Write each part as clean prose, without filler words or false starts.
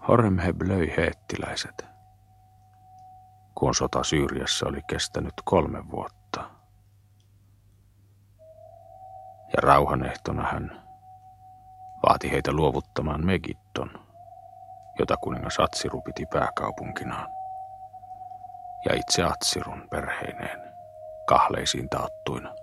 Horemheb löi heettiläiset, kun sota Syyriassa oli kestänyt 3 vuotta. Ja rauhanehtona hän vaati heitä luovuttamaan Megiddon, jota kuningas Atsiru piti pääkaupunkinaan, ja itse Atsirun perheineen kahleisiin taottuina.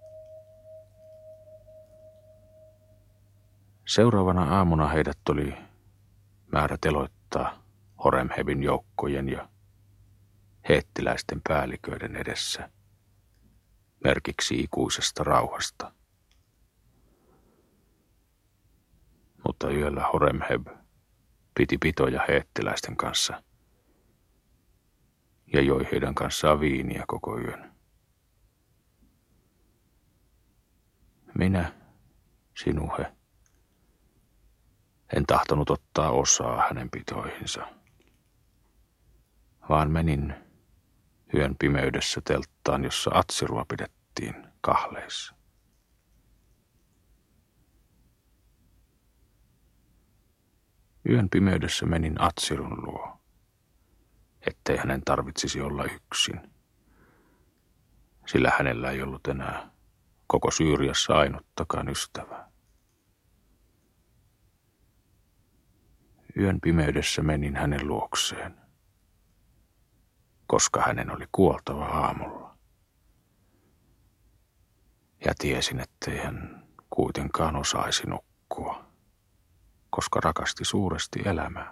Seuraavana aamuna heidät oli määrä teloittaa Horemhebin joukkojen ja heettiläisten päälliköiden edessä merkiksi ikuisesta rauhasta. Mutta yöllä Horemheb piti pitoja heettiläisten kanssa ja joi heidän kanssaan viiniä koko yön. Minä, Sinuhe, en tahtonut ottaa osaa hänen pitoihinsa, vaan menin yön pimeydessä telttaan, jossa Atsirua pidettiin kahleissa. Yön pimeydessä menin Atsirun luo, ettei hänen tarvitsisi olla yksin, sillä hänellä ei ollut enää koko Syyriassa ainuttakaan ystävää. Yön pimeydessä menin hänen luokseen, koska hänen oli kuoltava aamulla. Ja tiesin, ettei hän kuitenkaan osaisi nukkua, koska rakasti suuresti elämää.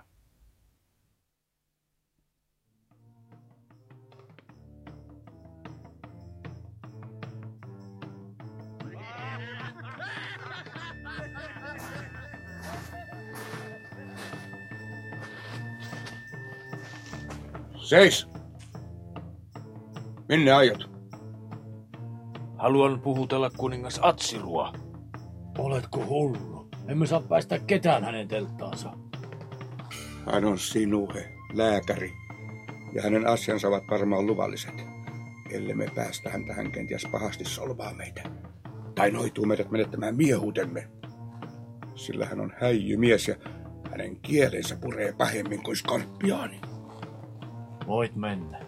Seis! Minne aiot? Haluan puhutella kuningas Atsirua. Oletko hullu? Emme saa päästä ketään hänen telttaansa. Hän on Sinuhe, lääkäri, ja hänen asiansa ovat varmaan luvalliset. Ellemme päästä häntä, hän kenties pahasti solvaa meitä. Tai noituu meidät menettämään miehuutemme. Sillä hän on häijymies ja hänen kielensä puree pahemmin kuin skorpioni. Voit mennä.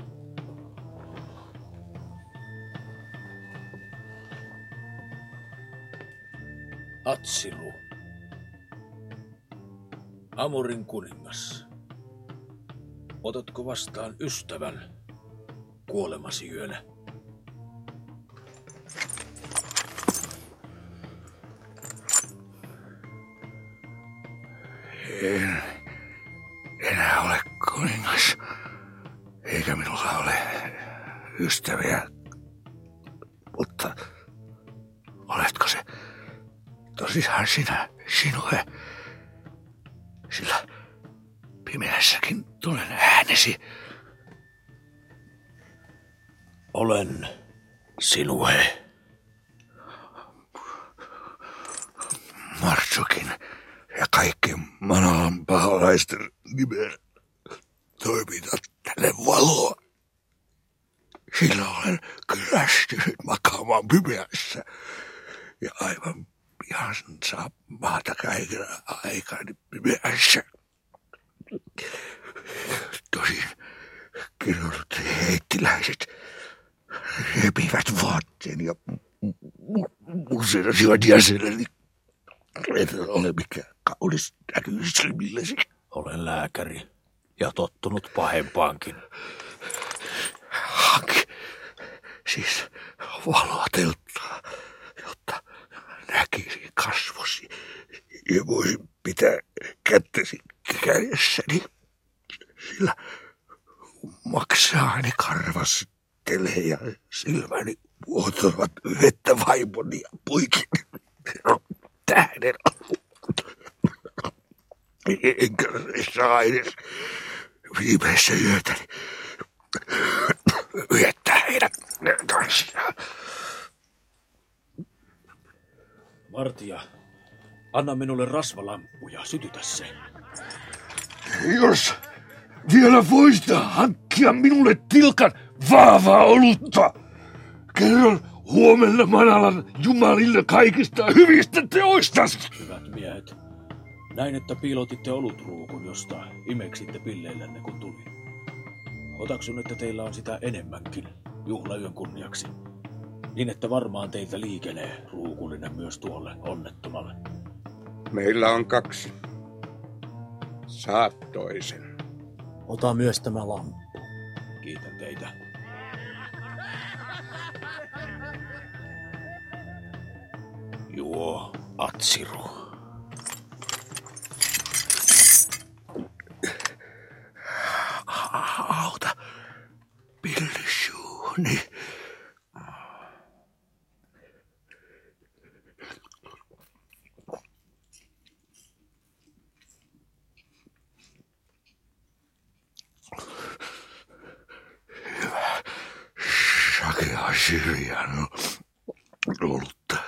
Atsiru, Amorin kuningas, otatko vastaan ystävän kuolemasi yönä? En enää ole kuningas, eikä minulla ole ystäviä, mutta oletko se tosissaan sinä, Sinuhe? Sillä pimeässäkin tunnen äänesi. Olen Sinuhe. Martsukin ja kaikkien Manalan paholaisten nimeen toimitat tälle valoa. Sillä olen kyllästynyt makaamaan pimeässä ja aivan pian saa maata kaikilla aikani pimeässä. Tosin kirjoitut heittiläiset repivät vaatteen ja muserasivat jäseneni. Et ole mikään kaunis näkyy silmillesi. Olen lääkäri ja tottunut pahempaankin. Hanki siis valoa telttaa, jotta näkisin kasvosi ja voisin pitää kättesi kädessäni, sillä maksaani karvastelee ja silmäni vuotavat vettä vaimoni ja poikini tähden. Enkä saa edes viimeisessä yötäni viettää heidän kanssaan. Vartija, anna minulle rasvalamppu ja sytytä se. Jos vielä voista hankkia minulle tilkan vahvaa olutta, kerron huomenna Manalan jumalille kaikista hyvistä teoistasi. Hyvät miehet, Näin, että piilotitte olutruukun, josta imeksitte pilleillänne kun tuli. Otaksun, että teillä on sitä enemmänkin juhlayön kunniaksi. Niin, että varmaan teiltä liikenee ruukullinen myös tuolle onnettomalle. Meillä on 2. Saat toisen. Ota myös tämä lamppu. Kiitän teitä. Juo, Atsiru. Auta pillisuuni. Hyvä. Sakea syrjään olutta.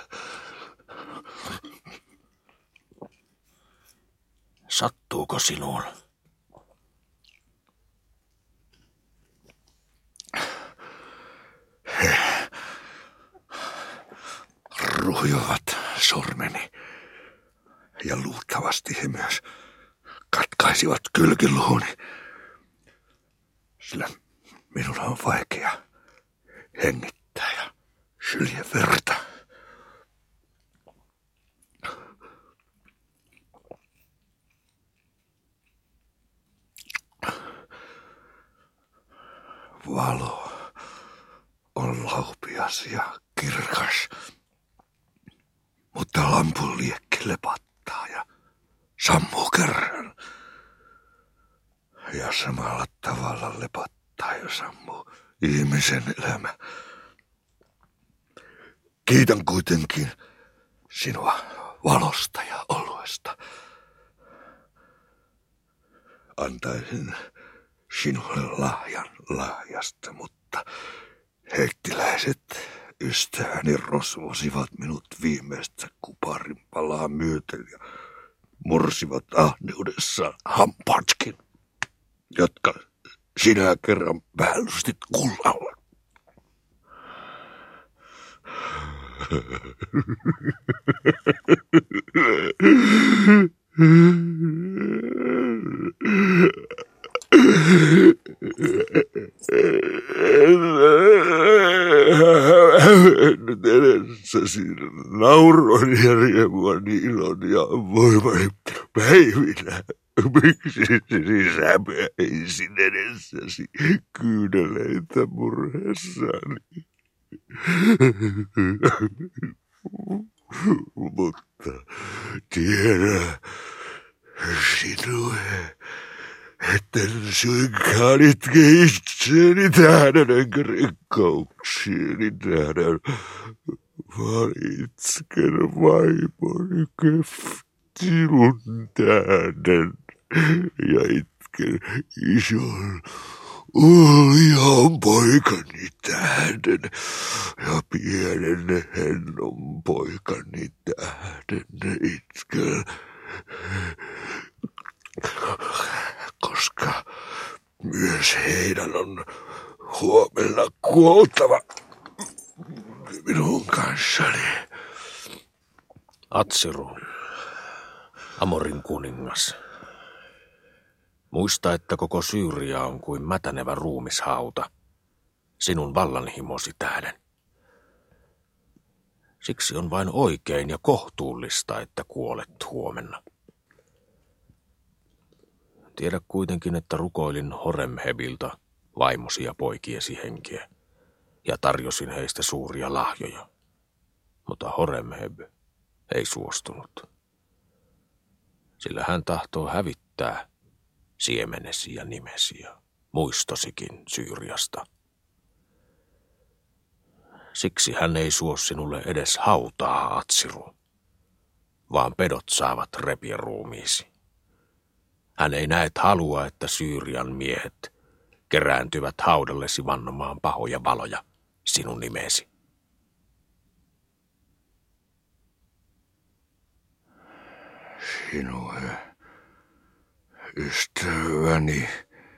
Sattuuko sinuun? He ruhjovat sormeni ja luultavasti he myös katkaisivat kylkiluuni, sillä minulla on vaikea hengittää ja sylje verta. Valo on laupias ja kirkas, mutta lampun liekki lepattaa ja sammuu kerran. Ja samalla tavalla lepattaa ja sammuu ihmisen elämä. Kiitän kuitenkin sinua valosta ja oluesta. Antaisin sinulle lahjan lahjasta, mutta heittiläiset ystäväni rosvosivat minut viimeistä kuparin palaa myöten ja mursivat ahneudessaan hampaatkin, jotka sinä kerran päällystit kullalla. Nyt edessäsi nauron ja riemuani ilon ja voimani päivinä. Miksi säpäisin edessäsi kyyneleitä murheessani? Mutta tiedä sinue, etten suinkaan itke itseäni tähden enkä rikkauksieni tähden, vaan itken vaimoni Keftilun tähden ja itken ison uljan poikani tähden ja pienen hennon poikani tähden itken. Koska myös heidän on huomenna kuoltava minun kanssani. Atsiru, Amorin kuningas. Muista, että koko Syyria on kuin mätänevä ruumishauta sinun vallanhimosi tähden. Siksi on vain oikein ja kohtuullista, että kuolet huomenna. Tiedä kuitenkin, että rukoilin Horemhebilta vaimosi ja poikiesi henkeä ja tarjosin heistä suuria lahjoja. Mutta Horemheb ei suostunut, sillä hän tahtoo hävittää siemenesi ja nimesi ja muistosikin Syyriasta. Siksi hän ei suo sinulle edes hautaa, Atsiru, vaan pedot saavat repiä ruumiisi. Hän ei näet halua, että Syyrian miehet kerääntyvät haudallesi vannomaan pahoja valoja sinun nimesi. Sinue, ystäväni,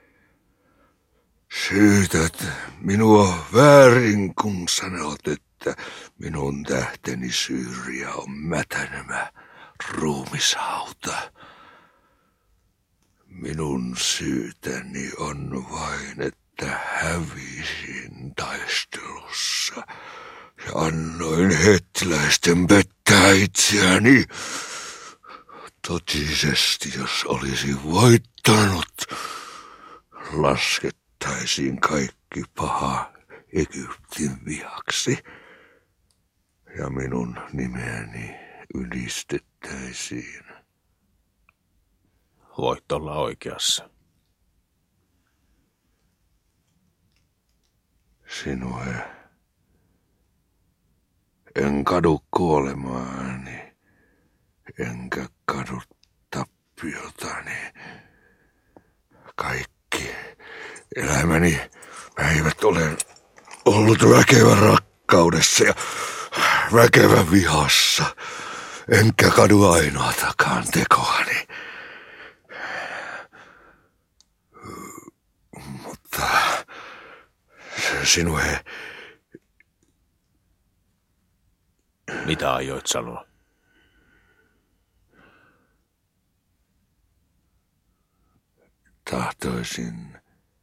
syytät minua väärin, kun sanot, että minun tähteni Syyria on mätänemä ruumishauta. minun syytäni on vain, että hävisin taistelussa ja annoin hettiläisten pettää itseäni. Totisesti, jos olisi voittanut, laskettaisiin kaikki paha Egyptin vihaksi ja minun nimeäni ylistettäisiin. Voit olla oikeassa. Sinua en kadu kuolemaani, enkä kadu tappiotani. Kaikki elämäni päivät olen ollut väkevän rakkaudessa ja väkevän vihassa, enkä kadu ainoatakaan tekoani. Mutta sinua... Mitä aioit sanoa? Tahtoisin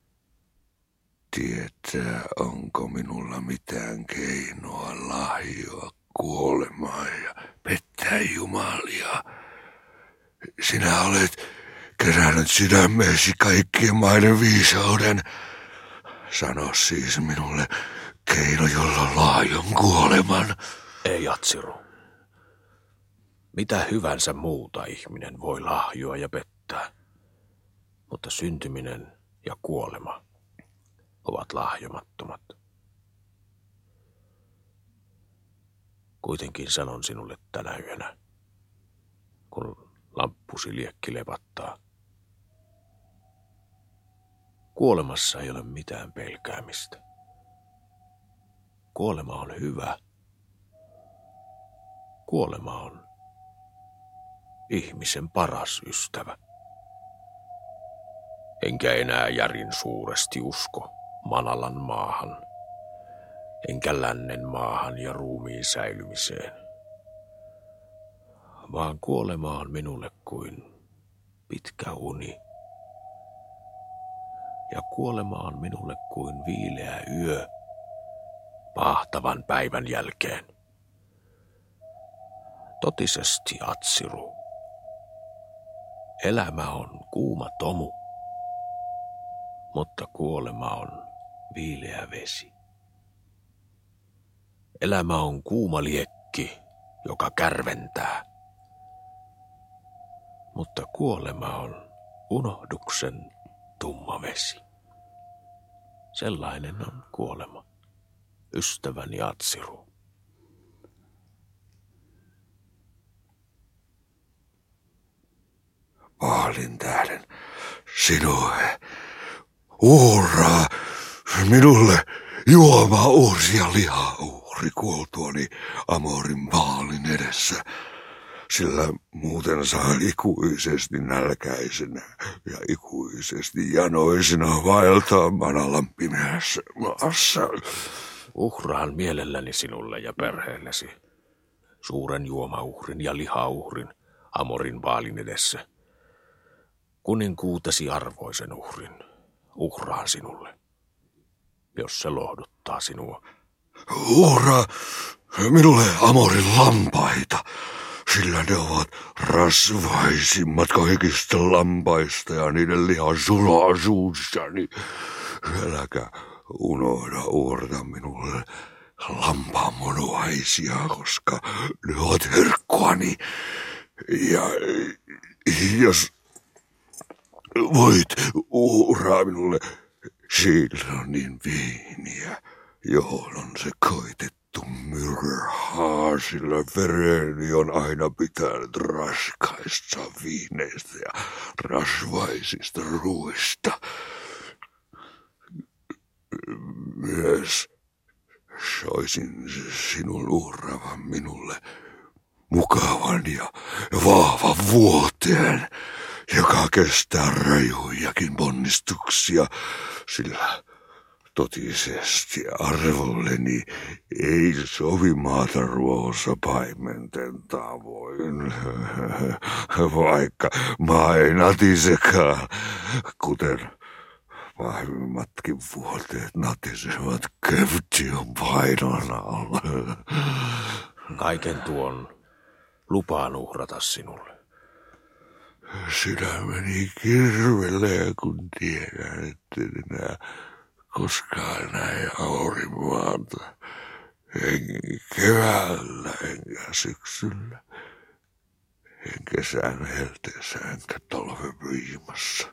tietää, onko minulla mitään keinoa lahjoa kuolemaan ja pettää Jumalia. Sinä olet kerännyt sydämeesi kaikkien maiden viisauden. Sano siis minulle keino, jolla lahjon kuoleman. Ei, Atsiru. Mitä hyvänsä muuta ihminen voi lahjoa ja pettää, mutta syntyminen ja kuolema ovat lahjomattomat. Kuitenkin sanon sinulle tänä yönä, kun lamppusi liekki lepattaa. Kuolemassa ei ole mitään pelkäämistä. Kuolema on hyvä. Kuolema on ihmisen paras ystävä. Enkä enää järin suuresti usko Manalan maahan, enkä lännen maahan ja ruumiin säilymiseen, vaan kuolema on minulle kuin pitkä uni. Ja kuolema on minulle kuin viileä yö pahtavan päivän jälkeen. Totisesti, Atsiru, elämä on kuuma tomu, mutta kuolema on viileä vesi. Elämä on kuuma liekki, joka kärventää, mutta kuolema on unohduksen tumma vesi. Sellainen on kuolema, ystäväni Atsiru. Vaalin tähden sinua uhraa minulle juomauhri ja lihauhri kuoltuani Amorin Baalin edessä, sillä muuten saan ikuisesti nälkäisenä ja ikuisesti janoisena vaeltaa Manalan pimeässä maassa. Uhraan mielelläni sinulle ja perheellesi suuren juomauhrin ja lihauhrin Amorin Baalin edessä. Kuninkuutesi arvoisen uhrin uhraan sinulle, jos se lohduttaa sinua. Uhraa minulle Amorin lampaita, sillä ne ovat rasvaisimmat kaikista lampaista ja niiden liha sulaa suussani. Äläkä unohda uhrata minulle lampaanmunuaisia, koska ne ovat herkkuani. Ja jos voit uhraa minulle Shilonin viiniä, johon on sekoitettu myrhaa, sillä vereni on aina pitänyt raskaista viineistä ja rasvaisista ruuista. Myös soisin sinun uhraavan minulle mukavan ja vahvan vuoteen, joka kestää rajujakin ponnistuksia, sillä totisesti arvolleni ei sovi maata ruohossa paimenten tavoin, vaikka maa ei natisekaan, kuten vahvimmatkin vuoteet natisevat Kevtion painon alla. Kaiken tuon lupaan uhrata sinulle. Sydämeni kirvelee, kun tiedän, että enää koskaan näin aurinmaata. En keväällä, enkä syksyllä. En kesän helteessä, enkä talven viimassa.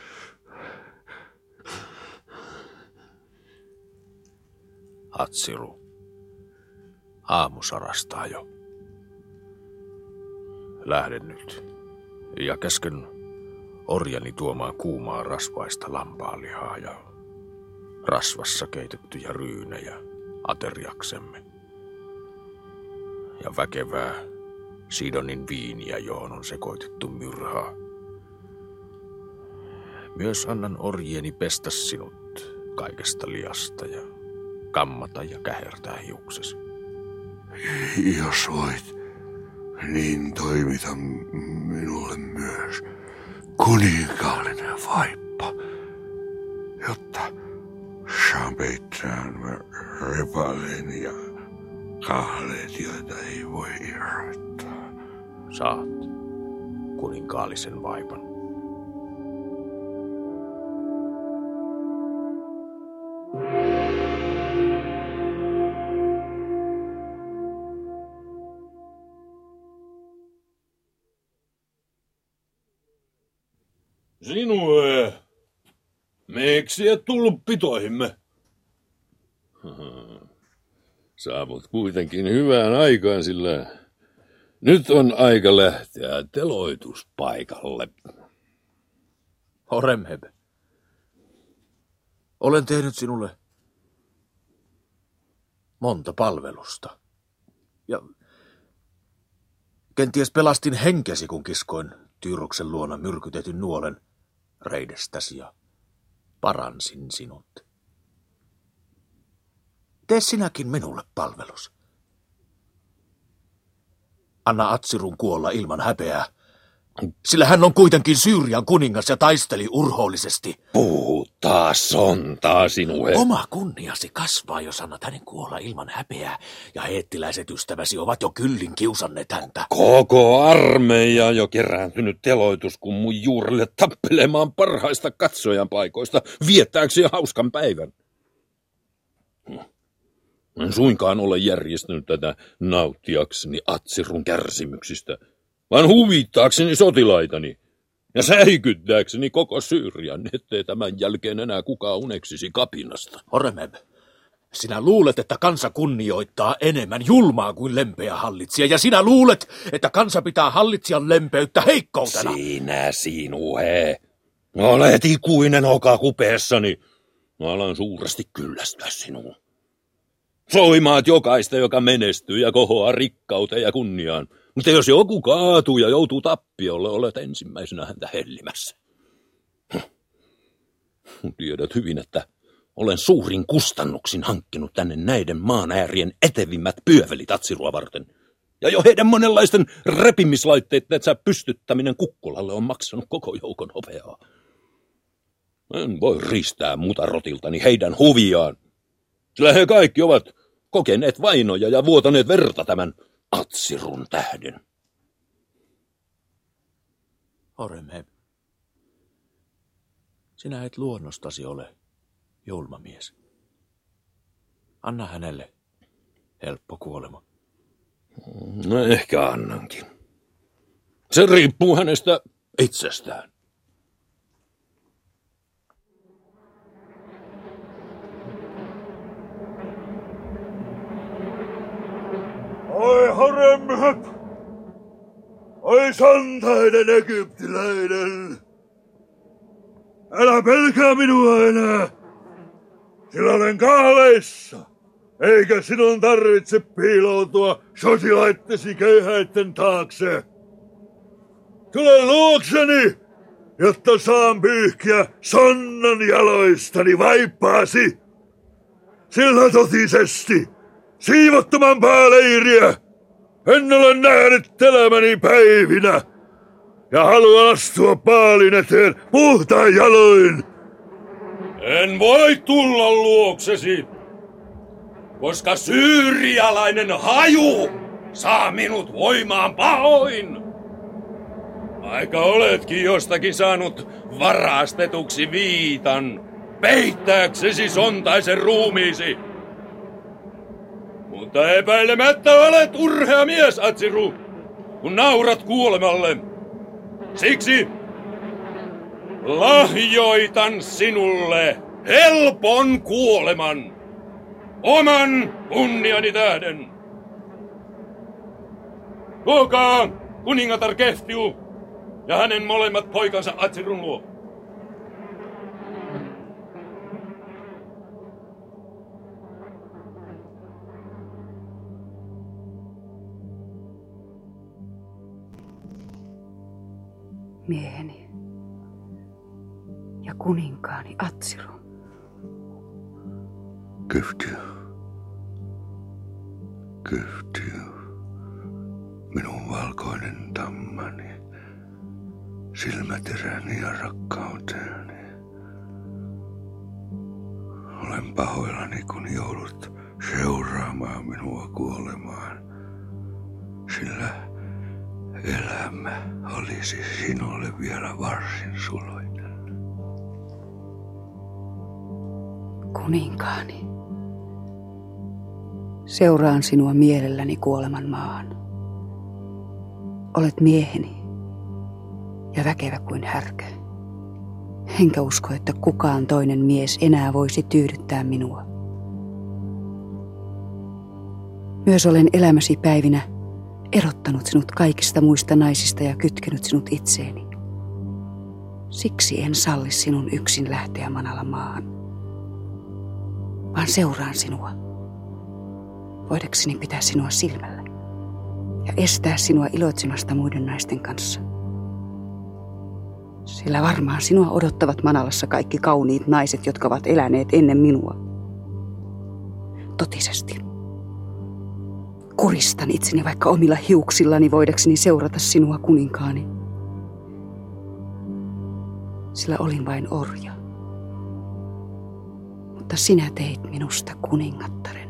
Atsiru, aamu sarastaa jo. Lähden nyt ja käsken orjani tuomaan kuumaa rasvaista lampaanlihaa ja rasvassa keitettyjä ryynejä ateriaksemme. Ja väkevää Sidonin viiniä, johon on sekoitettu myrhaa. Myös annan orjieni pestä sinut kaikesta liasta ja kammata ja kähertää hiuksesi. Jos voit, niin toimita minulle myös kuninkaallinen vaippa, jotta saan peittää repalen ja kahleet, joita ei voi irrottaa. Saat kuninkaallisen vaipan. Sinue, miksi et tullut pitoihimme? Saavut kuitenkin hyvään aikaan, sillä nyt on aika lähteä teloituspaikalle. Horemheb, olen tehnyt sinulle monta palvelusta. Ja kenties pelastin henkesi, kun kiskoin Tyroksen luona myrkytetyn nuolen reidestäsi ja paransin sinut. Tee sinäkin minulle palvelus. Anna Atsirun kuolla ilman häpeää, sillä hän on kuitenkin Syyrian kuningas ja taisteli urhoollisesti. Puhu taas sontaa, sinue. Oma kunniasi kasvaa, jos annat hänen kuolla ilman häpeää, ja heettiläiset ystäväsi ovat jo kyllin kiusanneet häntä. Koko armeija on jo kerääntynyt teloituskummun juurelle tappelemaan parhaista katsojan paikoista, viettääkseen hauskan päivän. En suinkaan ole järjestänyt tätä nauttiakseni Atsirun kärsimyksistä, vaan huvittaakseni sotilaitani ja säikyttääkseni koko Syyrian, ettei tämän jälkeen enää kukaan uneksisi kapinasta. Horemheb, sinä luulet, että kansa kunnioittaa enemmän julmaa kuin lempeä hallitsija, ja sinä luulet, että kansa pitää hallitsijan lempeyttä heikkoutena. Sinä sinuhe. Olet ikuinen oka kupeessani. Mä alan suuresti kyllästyä sinuun. Soimaat jokaista, joka menestyy ja kohoaa rikkauteen ja kunniaan. Mutta jos joku kaatuu ja joutuu tappiolle, olet ensimmäisenä häntä hellimässä. Tiedät hyvin, että olen suurin kustannuksin hankkinut tänne näiden maan äärien etevimmät pyövelit Atsirua varten. Ja jo heidän monenlaisten repimislaitteittensa pystyttäminen kukkulalle on maksanut koko joukon hopeaa. En voi riistää mutarotiltani heidän huviaan, sillä he kaikki ovat kokeneet vainoja ja vuotaneet verta tämän Atsirun tähden. Horemheb, sinä et luonnostasi ole julma mies. Anna hänelle helppo kuolema. No ehkä annankin. Se riippuu hänestä itsestään. Oi Horemheb! Oi santainen egyptiläinen! Älä pelkää minua enää, sillä olen kahleissa, eikä sinun tarvitse piiloutua sotilaittesi köyhäitten taakse. Tule luokseni, jotta saan pyyhkiä sonnan jaloistani vaippaasi sillä totisesti siivottoman pääleiriä en ole nähnyt elämäni päivinä ja haluan astua paalin eteen puhtain jaloin. En voi tulla luoksesi, koska syyrialainen haju saa minut voimaan pahoin. Vaikka oletkin jostakin saanut varastetuksi viitan, peittääksesi sontaisen ruumiisi. Mutta epäilemättä olet urhea mies, Atsiru, kun naurat kuolemalle. Siksi lahjoitan sinulle helpon kuoleman, oman kunniani tähden. Tuokaa kuningatar Keftiu ja hänen molemmat poikansa Atsirun luo. Mieheni ja kuninkaani Atsiru. Keftiu. Minun valkoinen tammani, silmäteräni ja rakkauteeni. Olen pahoillani, kun joudut seuraamaan minua kuolemaan, sillä elämä olisi sinulle vielä varsin suloinen. Kuninkaani, seuraan sinua mielelläni kuoleman maahan. Olet mieheni ja väkevä kuin härkä. Enkä usko, että kukaan toinen mies enää voisi tyydyttää minua. Myös olen elämäsi päivinä erottanut sinut kaikista muista naisista ja kytkenyt sinut itseeni. Siksi en salli sinun yksin lähteä manalla maahan, vaan seuraan sinua, voidakseni pitää sinua silmällä ja estää sinua iloitsemasta muiden naisten kanssa. Sillä varmaan sinua odottavat Manalassa kaikki kauniit naiset, jotka ovat eläneet ennen minua. Totisesti. Kuristan itseni vaikka omilla hiuksillani voidakseni seurata sinua, kuninkaani. Sillä olin vain orja. Mutta sinä teit minusta kuningattaren.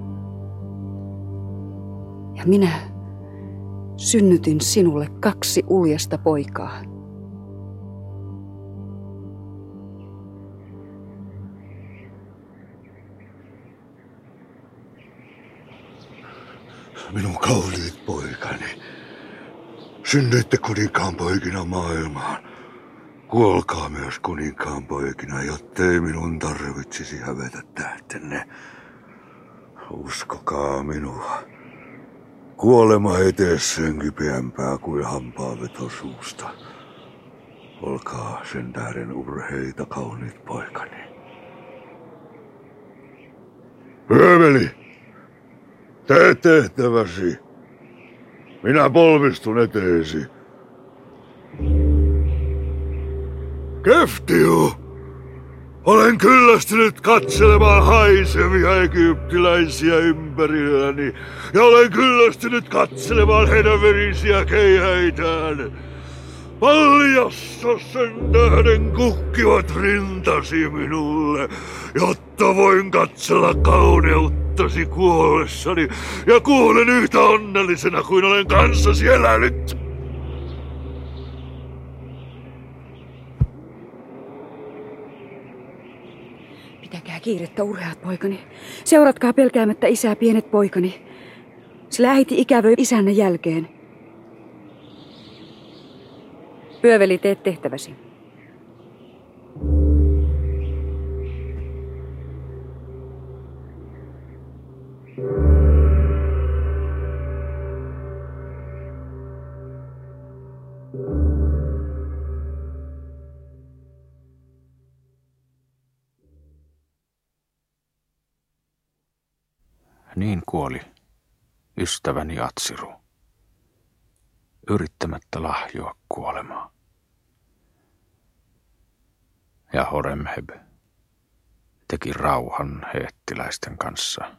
Ja minä synnytin sinulle 2 uljasta poikaa. Minun kauniit poikani, synnyitte kuninkaan poikina maailmaan. Kuolkaa myös kuninkaan poikina, jottei minun tarvitsisi hävetä tähtenne. Uskokaa minua. Kuolema ei tee sen kipeämpää kuin hampaaveto suusta. Olkaa sen tähden urheita, kauniit poikani. Pyöveli! Tee tehtäväsi. Minä polvistun eteesi. Keftiu! Olen kyllästynyt katselemaan haisevia egyptiläisiä ympärilläni. Ja olen kyllästynyt katselemaan heidän verisiä keihäitään. Paljasta sen tähden kukkivat rintasi minulle, jotta voin katsella kauneuttasi kuollessani ja kuolen yhtä onnellisena kuin olen kanssasi elänyt. Pitäkää kiirettä, urheat poikani. Seuratkaa pelkäämättä isää, pienet poikani. Sillä äiti ikävöi isänne jälkeen. Pyöveli, teet tehtäväsi. Niin kuoli ystäväni Atsiru, yrittämättä lahjoa kuolemaa. Ja Horemheb teki rauhan heettiläisten kanssa,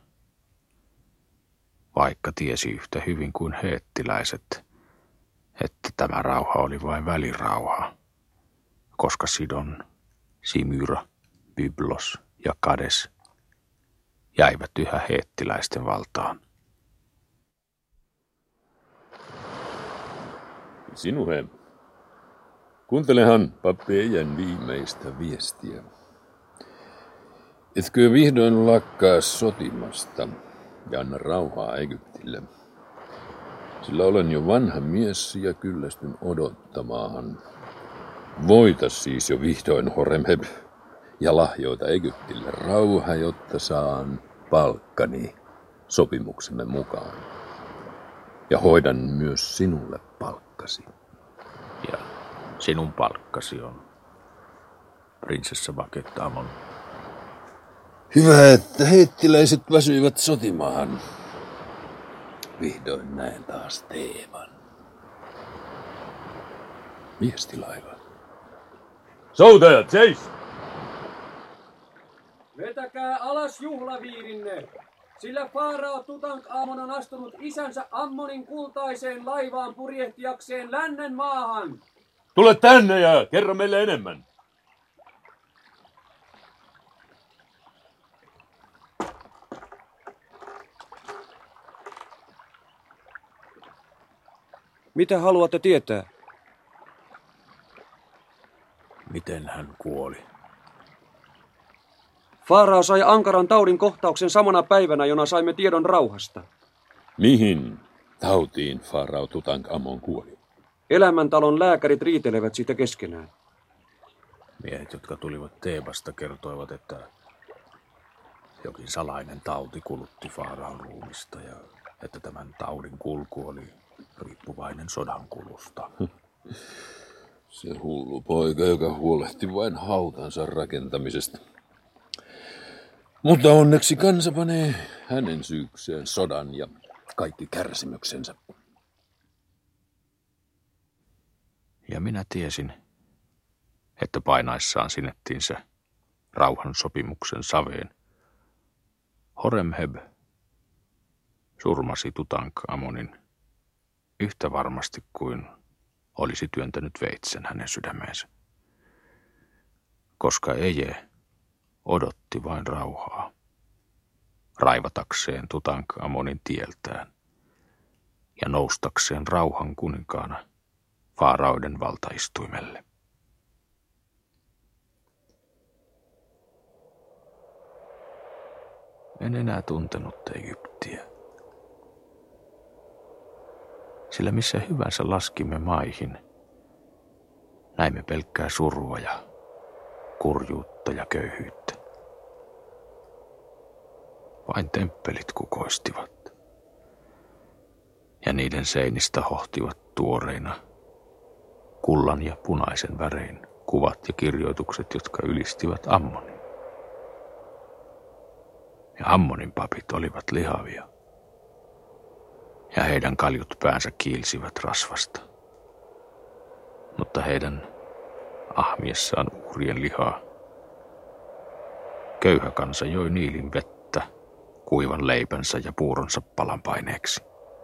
vaikka tiesi yhtä hyvin kuin heettiläiset, että tämä rauha oli vain välirauha, koska Sidon, Simyra, Byblos ja Kades jäivät yhä heettiläisten valtaan. Sinuhe, kuuntelehan pappi Eijän viimeistä viestiä. Etkö vihdoin lakkaa sotimasta ja anna rauhaa Egyptille? Sillä olen jo vanha mies ja kyllästyn odottamaan. Voita siis jo vihdoin Horemheb ja lahjoita Egyptille rauha, jotta saan palkkani sopimuksemme mukaan. Ja hoidan myös sinulle palkkasi. Ja sinun palkkasi on prinsessa Bakhet Amon. Hyvä, että heettiläiset väsyivät sotimaan. Vihdoin näen taas Teeban. Viestilaiva. Soutajat, seis! Vetäkää alas juhlaviirinne, sillä Faarao Tutankamon on astunut isänsä Ammonin kultaiseen laivaan purjehtiakseen lännen maahan. Tule tänne ja kerro meille enemmän. Mitä haluatte tietää? Miten hän kuoli? Faarao sai ankaran taudin kohtauksen samana päivänä, jona saimme tiedon rauhasta. Mihin tautiin Faarao Tutankamon kuoli? Elämäntalon lääkärit riitelevät siitä keskenään. Miehet, jotka tulivat Teebasta, kertoivat, että jokin salainen tauti kulutti Faaraon ruumista ja että tämän taudin kulku oli riippuvainen sodan kulusta. Se hullu poika, joka huolehti vain hautansa rakentamisesta. Mutta onneksi kansa panee hänen syykseen sodan ja kaikki kärsimyksensä. Ja minä tiesin, että painaissaan sinettiinsä rauhan sopimuksen saveen Horemheb surmasi Tutankamonin yhtä varmasti kuin olisi työntänyt veitsen hänen sydämeensä, koska Eje odotti vain rauhaa, raivatakseen Tutankamonin tieltään ja noustakseen rauhan kuninkaana Faaraoiden valtaistuimelle. En enää tuntenut Egyptiä, sillä missä hyvänsä laskimme maihin, näimme pelkkää surua ja kurjuutta ja köyhyyttä. Vain temppelit kukoistivat, ja niiden seinistä hohtivat tuoreina kullan ja punaisen värein kuvat ja kirjoitukset, jotka ylistivät Ammonin. Ja Ammonin papit olivat lihavia, ja heidän kaljut päänsä kiilsivät rasvasta. Mutta heidän ahmiessaan uhrien lihaa köyhä kansa joi Niilin vettä kuivan leipänsä ja puuronsa palan paineeksi.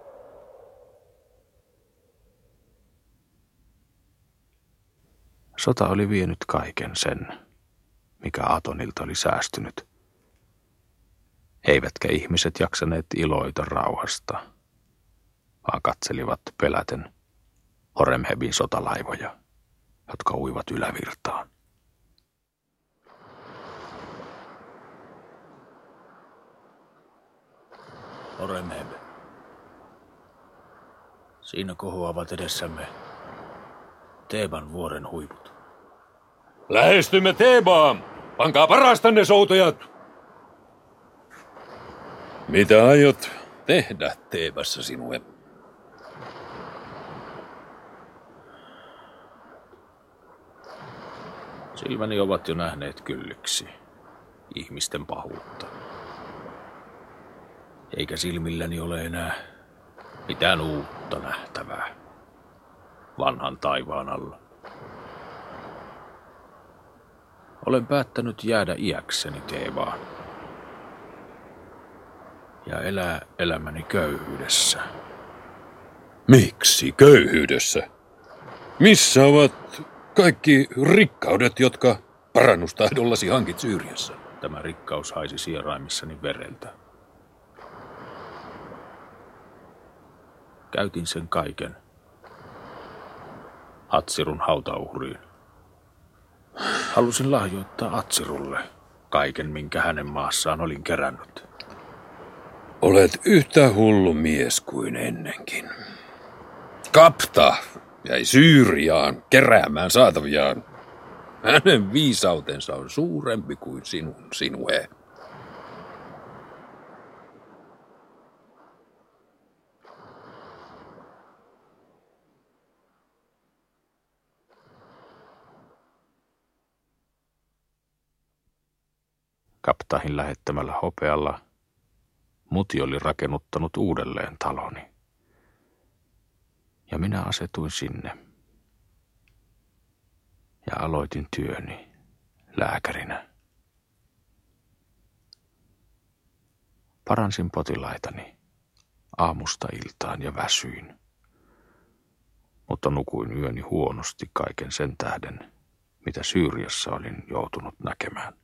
Sota oli vienyt kaiken sen, mikä Atonilta oli säästynyt. Eivätkä ihmiset jaksaneet iloita rauhasta, vaan katselivat peläten Horemhebin sotalaivoja, jotka uivat ylävirtaan. Horemheb. Siinä kohoavat edessämme Teeban vuoren huiput. Lähestymme Teebaa! Pankaa parastanne, soutajat! Mitä aiot tehdä Teebassa sinue? Silmäni ovat jo nähneet kylliksi ihmisten pahuutta. Eikä silmilläni ole enää mitään uutta nähtävää vanhan taivaan alla. Olen päättänyt jäädä iäkseni Teebaan ja elää elämäni köyhyydessä. Miksi köyhyydessä? Missä ovat kaikki rikkaudet, jotka parannustahdollasi hankit Syyriassa? Tämä rikkaus haisi sieraimissani vereltä. Käytin sen kaiken Atsirun hautauhriin. Halusin lahjoittaa Atsirulle kaiken, minkä hänen maassaan olin kerännyt. Olet yhtä hullu mies kuin ennenkin. Kapta jäi Syyriaan keräämään saataviaan. Hänen viisautensa on suurempi kuin sinun, Sinue. Kaptahin lähettämällä hopealla muti oli rakennuttanut uudelleen taloni. Ja minä asetuin sinne. Ja aloitin työni lääkärinä. Paransin potilaitani aamusta iltaan ja väsyin. Mutta nukuin yöni huonosti kaiken sen tähden, mitä Syyriassa olin joutunut näkemään.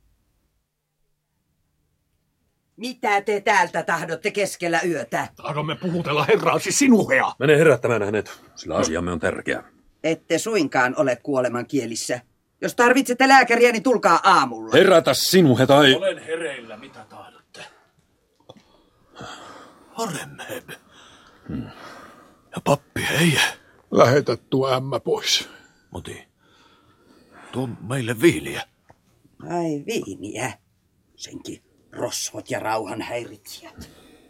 Mitä te täältä tahdotte keskellä yötä? Tahdomme puhutella herraasi Sinuhea. Mene herättämään hänet, sillä asiamme on tärkeä. Ette suinkaan ole kuoleman kielissä. Jos tarvitsette lääkäriä, niin tulkaa aamulla. Herätä Sinuhe tai... Olen hereillä, mitä tahdotte. Horemheb. Ja pappi Heije. Lähetä tuo ämmä pois. Muti, tuo meille viiliä. Ai viiniä. Senkin rosvot ja rauhan häiritsijät.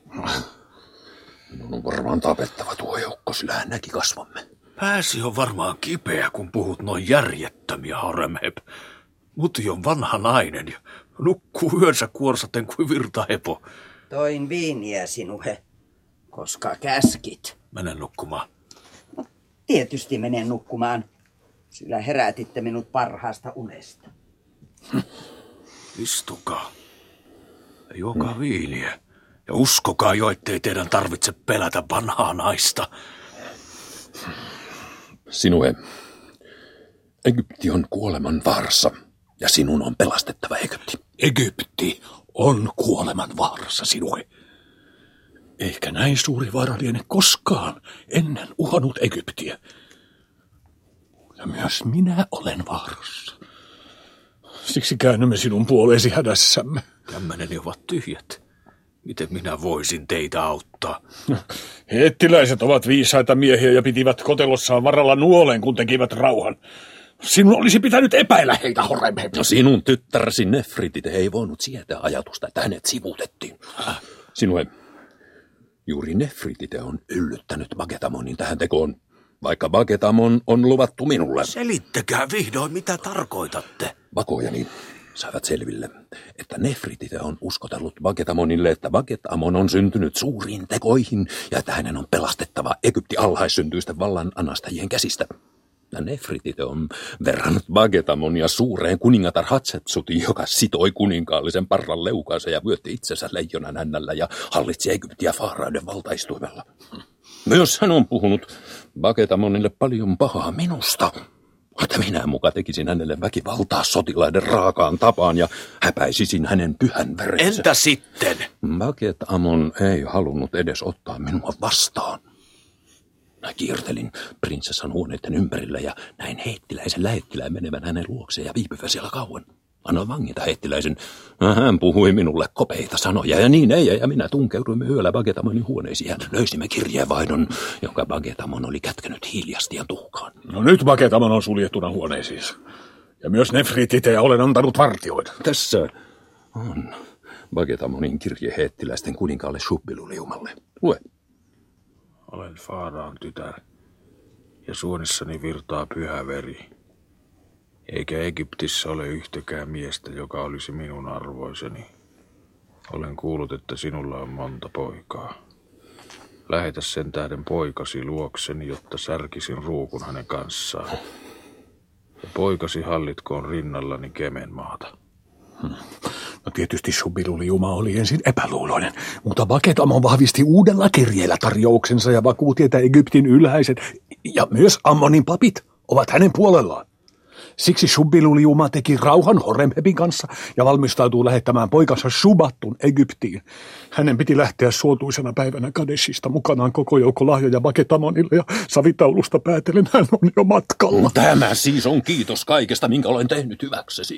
Minun on varmaan tapettava tuo joukko, sillä hän näki kasvamme. Pääsi on varmaan kipeä, kun puhut noin järjettömiä, Horemheb. Muti on vanha nainen ja nukkuu yönsä kuorsaten kuin virtahepo. Toin viiniä, Sinuhe, koska käskit. Mene nukkumaan. No, tietysti menen nukkumaan, sillä herätitte minut parhaasta unesta. Istukaa. Ja juokaa viiniä. Ja uskokaa jo, ettei teidän tarvitse pelätä vanhaa naista. Sinue, Egypti on kuoleman vaarassa ja sinun on pelastettava Egypti. Egypti on kuoleman vaarassa, Sinue. Eikä näin suuri vaara liene koskaan ennen uhannut Egyptiä. Ja myös minä olen vaarassa. Siksi käännymme sinun puoleesi hädässämme. Kämmeneni ovat tyhjät. Miten minä voisin teitä auttaa? Hettiläiset ovat viisaita miehiä ja pitivät kotelossaan varalla nuolen, kun tekivät rauhan. Sinun olisi pitänyt epäillä heitä, Horemheb. No sinun tyttäresi Nefritite ei voinut sietää ajatusta, että hänet sivuutettiin. Sinue, juuri Nefritite on yllyttänyt Bagetamonin tähän tekoon, vaikka Bagetamon on luvattu minulle. Selittäkää vihdoin, mitä tarkoitatte. Vakojani saivat selville, että Nefritite on uskotellut Bagetamonille, että Bagetamon on syntynyt suuriin tekoihin ja että hänen on pelastettava Egypti alhaissyntyisten vallan anastajien käsistä. Ja Nefritite on verrannut Bagetamonia suureen kuningatar Hatshepsutiin, joka sitoi kuninkaallisen parran leukaansa ja vyötti itsensä leijonan hännällä ja hallitsi Egyptiä faaraiden valtaistuimella. Myös hän on puhunut Bagetamonille paljon pahaa minusta, että minä muka tekisin hänelle väkivaltaa sotilaiden raakaan tapaan ja häpäisisin hänen pyhän verensä. Entä sitten? Bagetamon ei halunnut edes ottaa minua vastaan. Mä kiertelin prinsessan huoneiden ympärillä ja näin heittiläisen lähettilään menevän hänen luokseen ja viipyvän siellä kauan. Annoin vangita heittiläisen. Hän puhui minulle kopeita sanoja ja niin ei, ja minä tunkeuduimme yöllä Bagetamonin huoneisiin ja löysimme kirjeenvaihdon, jonka Bagetamon oli kätkenyt Hiljastian tuhkaan. No nyt Bagetamon on suljettuna huoneisiinsa. Ja myös Nefritite olen antanut vartioida. Tässä on Bagetamonin kirje heittiläisten kuninkaalle Shubbiluliumalle. Lue. Olen Faaraan tytär, ja suonissani virtaa pyhä veri. Eikä Egyptissä ole yhtäkään miestä, joka olisi minun arvoiseni. Olen kuullut, että sinulla on monta poikaa. Lähetä sen tähden poikasi luokseni, jotta särkisin ruukun hänen kanssaan. Ja poikasi hallitkoon rinnallani Kemenmaata. No tietysti Subbiluliuma oli ensin epäluuloinen, mutta Baketamon vahvisti uudella kirjeellä tarjouksensa ja vakuutti, että Egyptin ylhäiset ja myös Ammonin papit ovat hänen puolellaan. Siksi Subbiluliuma teki rauhan Horemhebin kanssa ja valmistautuu lähettämään poikansa Shubattun Egyptiin. Hänen piti lähteä suotuisena päivänä Kadeshista mukanaan koko joukko lahjoja Baketamonille ja savitaulusta päätellen hän on jo matkalla. Tämä siis on kiitos kaikesta, minkä olen tehnyt hyväksesi.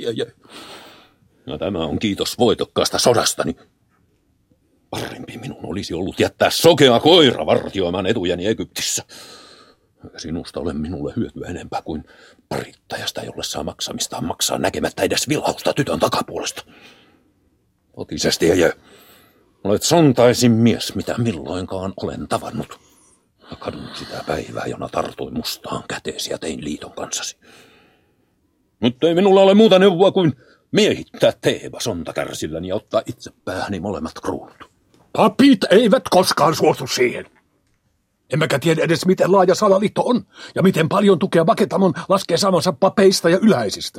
Ja tämä on kiitos voitokkaasta sodastani. Parempi minun olisi ollut jättää sokea koira vartioimaan etujeni Egyptissä. Sinusta olen minulle hyötyä enempää kuin parittajasta, jolle saa maksamistaan maksaa näkemättä edes vilausta tytön takapuolesta. Totisesti ei. Olet sontaisin mies, mitä milloinkaan olen tavannut. Ja kadun sitä päivää, jona tartuin mustaan käteesi ja tein liiton kanssasi. Mutta ei minulla ole muuta neuvoa kuin miehittää Teeba sontakärsilläni ja ottaa itse päähäni molemmat kruunut. Papit eivät koskaan suostu siihen. Emmekä tiedä edes, miten laaja salaliitto on ja miten paljon tukea Baketamon laskee saamansa papeista ja yläisistä.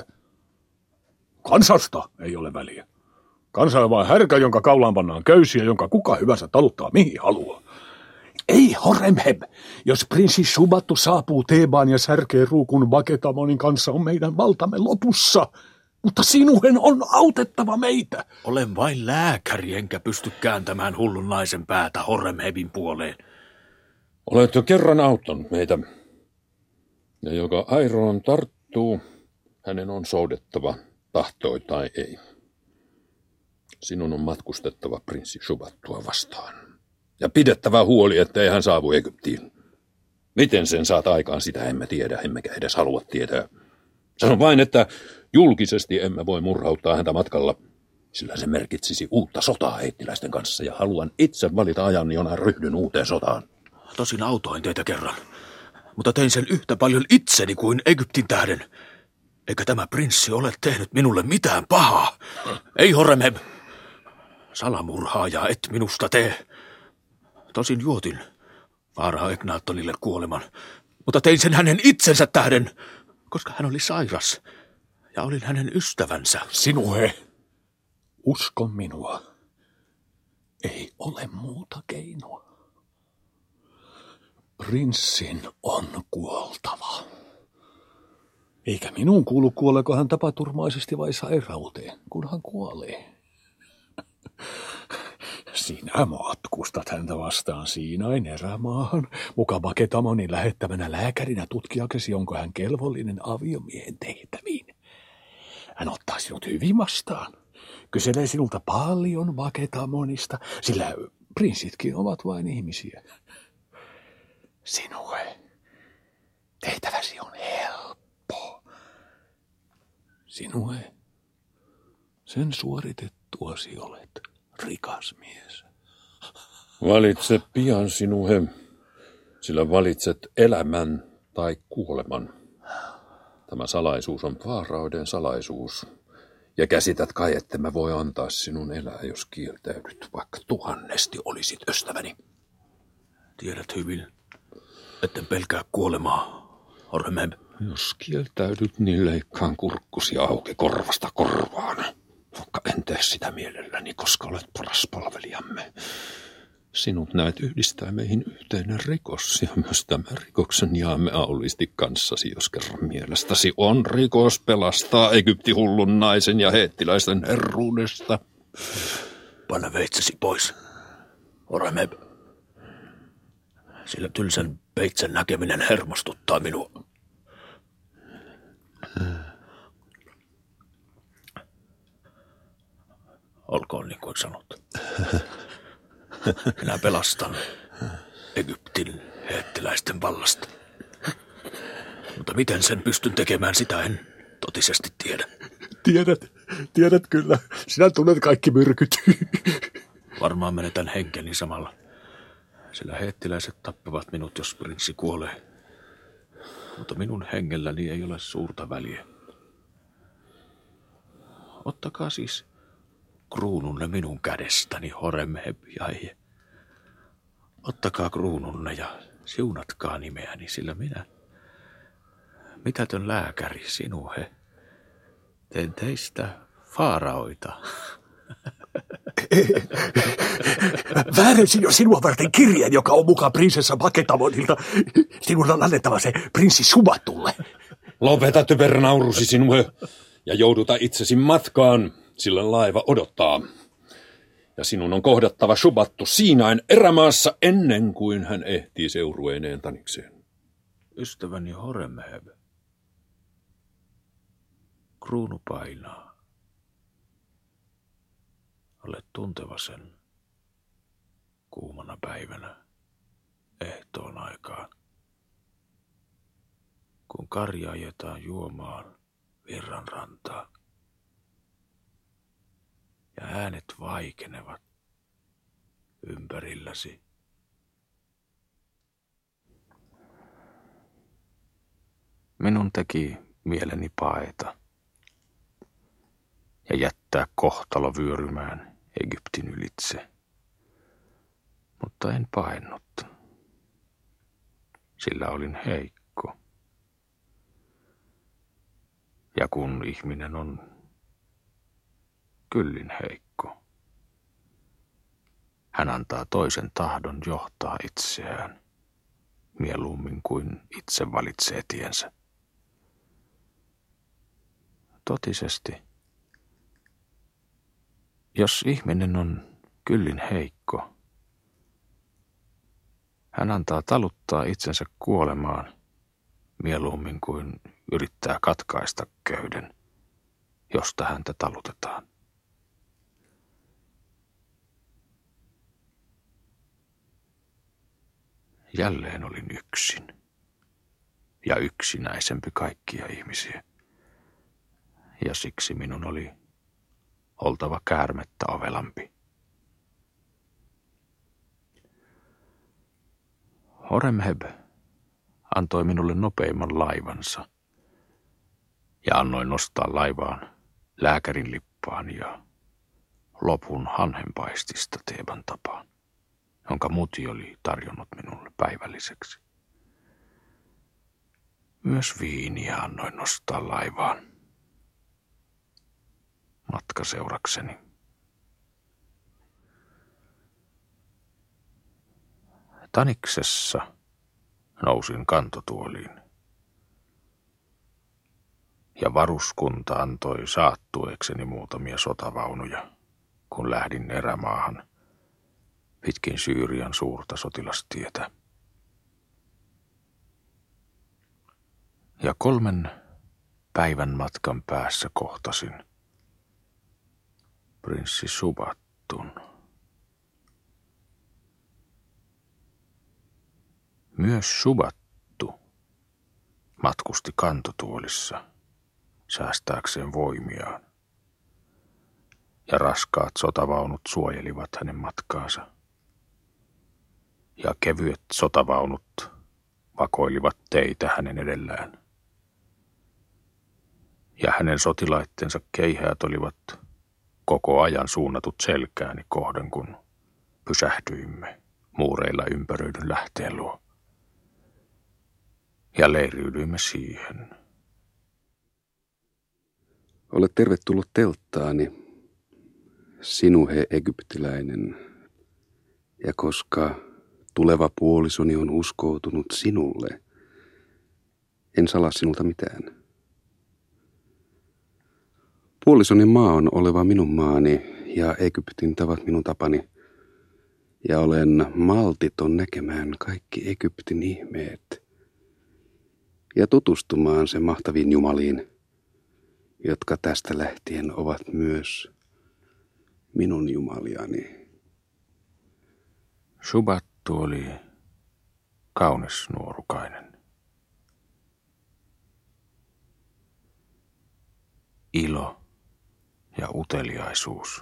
Kansasta ei ole väliä. Kansa on vain härkä, jonka kaulaan pannaan köysiä, jonka kuka hyvänsä taluttaa mihin haluaa. Ei Horemheb, jos prinssi Shubattu saapuu Teebaan ja särkee ruukun Baketamonin kanssa, on meidän valtamme lopussa. Mutta sinuhen on autettava meitä. Olen vain lääkäri, enkä pysty kääntämään hullun naisen päätä Horemhebin puoleen. Olet jo kerran auttanut meitä. Ja joka airoon tarttuu, hänen on soudettava, tahtoi tai ei. Sinun on matkustettava prinssi Shubattua vastaan. Ja pidettävä huoli, ettei hän saavu Egyptiin. Miten sen saat aikaan, sitä emme tiedä, emmekä edes halua tietää. Sano vain, että julkisesti emme voi murhauttaa häntä matkalla, sillä se merkitsisi uutta sotaa heittiläisten kanssa, ja haluan itse valita ajan, jona ryhdyn uuteen sotaan. Tosin autoin teitä kerran, mutta tein sen yhtä paljon itseni kuin Egyptin tähden. Eikä tämä prinssi ole tehnyt minulle mitään pahaa. Ei Horemheb. Salamurhaajaa et minusta tee. Tosin juotin Faarao Eknaattonille kuoleman, mutta tein sen hänen itsensä tähden, koska hän oli sairas ja olin hänen ystävänsä. Sinuhe, usko minua. Ei ole muuta keinoa. Prinssin on kuoltava. Eikä minun kuulu kuoleeko hän tapaturmaisesti vai sairauteen, kun hän kuolee. Sinä matkustat häntä vastaan Siinain erämaahan, muka Baketamonin lähettämänä lääkärinä tutkiaksesi, onko hän kelvollinen aviomiehen tehtäviin. Hän ottaa sinut hyvin vastaan. Kyselee sinulta paljon Baketamonista, sillä prinssitkin ovat vain ihmisiä. Sinue, tehtäväsi on helppo. Sinue, sen suoritettuasi olet rikas mies. Valitse pian sinuhe, sillä valitset elämän tai kuoleman. Tämä salaisuus on Faaraoiden salaisuus. Ja käsität kai, että mä voi antaa sinun elää, jos kieltäydyt, vaikka 1000 olisit ystäväni. Tiedät hyvin, etten pelkää kuolemaa, Horemheb. Jos kieltäydyt, niin leikkaan kurkkusi auki korvasta korvaan. Vaikka en tee sitä mielelläni, koska olet paras palvelijamme. Sinut näet yhdistää meihin yhteinen rikos, ja myös tämän rikoksen jaamme auliisti kanssasi, jos kerran mielestäsi on rikos pelastaa Egypti hullun naisen ja heettiläisten herruudesta. Panna veitsesi pois, Horemheb. Sillä tylsän veitsen näkeminen hermostuttaa minua. Olkoon niin kuin sanot. Minä pelastan Egyptin heettiläisten vallasta. Mutta miten sen pystyn tekemään, sitä en totisesti tiedä. Tiedät kyllä. Sinä tunnet kaikki myrkyt. Varmaan menetän henkeni samalla. Sillä heettiläiset tappavat minut, jos prinssi kuolee. Mutta minun hengelläni ei ole suurta väliä. Ottakaa siis kruununne minun kädestäni, Horemheb ja Ottakaa kruununne ja siunatkaa nimeäni, sillä Mitätön lääkäri, sinuhe. Teen teistä faaraoita. Väärensin jo sinua varten kirjeen, joka on mukaan prinsessa Maketamonilta. Sinun on annettava se prinssi Subattulle. Lopeta typernaurusi sinue ja jouduta itsesi matkaan, sillä laiva odottaa. Ja sinun on kohdattava Subattu Siinain erämaassa ennen kuin hän ehtii seurueineen Tanikseen. Ystäväni Horemheb. Kruunu painaa. Olet tunteva sen kuumana päivänä ehtoon aikaan, kun karja ajetaan juomaan virran rantaan ja äänet vaikenevat ympärilläsi. Minun teki mieleni paeta ja jättää kohtalo vyörymään Egyptin ylitse. Mutta en paennut, sillä olin heikko. Ja kun ihminen on kyllin heikko, hän antaa toisen tahdon johtaa itseään, mieluummin kuin itse valitsee tiensä. Totisesti, jos ihminen on kyllin heikko, hän antaa taluttaa itsensä kuolemaan mieluummin kuin yrittää katkaista köyden, josta häntä talutetaan. Jälleen olin yksin ja yksinäisempi kaikkia ihmisiä, ja siksi minun oli oltava käärmettä ovelampi. Horemheb antoi minulle nopeimman laivansa ja annoin nostaa laivaan lääkärin lippaan ja lopun hanhenpaistista Teeban tapaan, jonka muti oli tarjonnut minulle päivälliseksi. Myös viiniä annoin nostaa laivaan matkaseurakseni. Taniksessa nousin kantotuoliin ja varuskunta antoi saattuekseni muutamia sotavaunuja, kun lähdin erämaahan pitkin Syyrian suurta sotilastietä. Ja 3 päivän matkan päässä kohtasin prinssi Subattun. Myös Subattu matkusti kantotuolissa säästääkseen voimiaan, ja raskaat sotavaunut suojelivat hänen matkaansa, ja kevyet sotavaunut vakoilivat teitä hänen edellään. Ja hänen sotilaittensa keihäät olivat koko ajan suunnatut selkääni kohden, kun pysähdyimme muureilla ympäröidyn lähteen luo. Ja leiriydyimme siihen. Olet tervetullut telttaani, sinuhe egyptiläinen, ja koska tuleva puolisoni on uskoutunut sinulle, en salaa sinulta mitään. Puolisoni maa on oleva minun maani, ja Egyptin tavat minun tapani, ja olen maltiton näkemään kaikki Egyptin ihmeet, ja tutustumaan sen mahtaviin jumaliin, jotka tästä lähtien ovat myös minun jumaliani. Subattu oli kaunis nuorukainen. Ilo ja uteliaisuus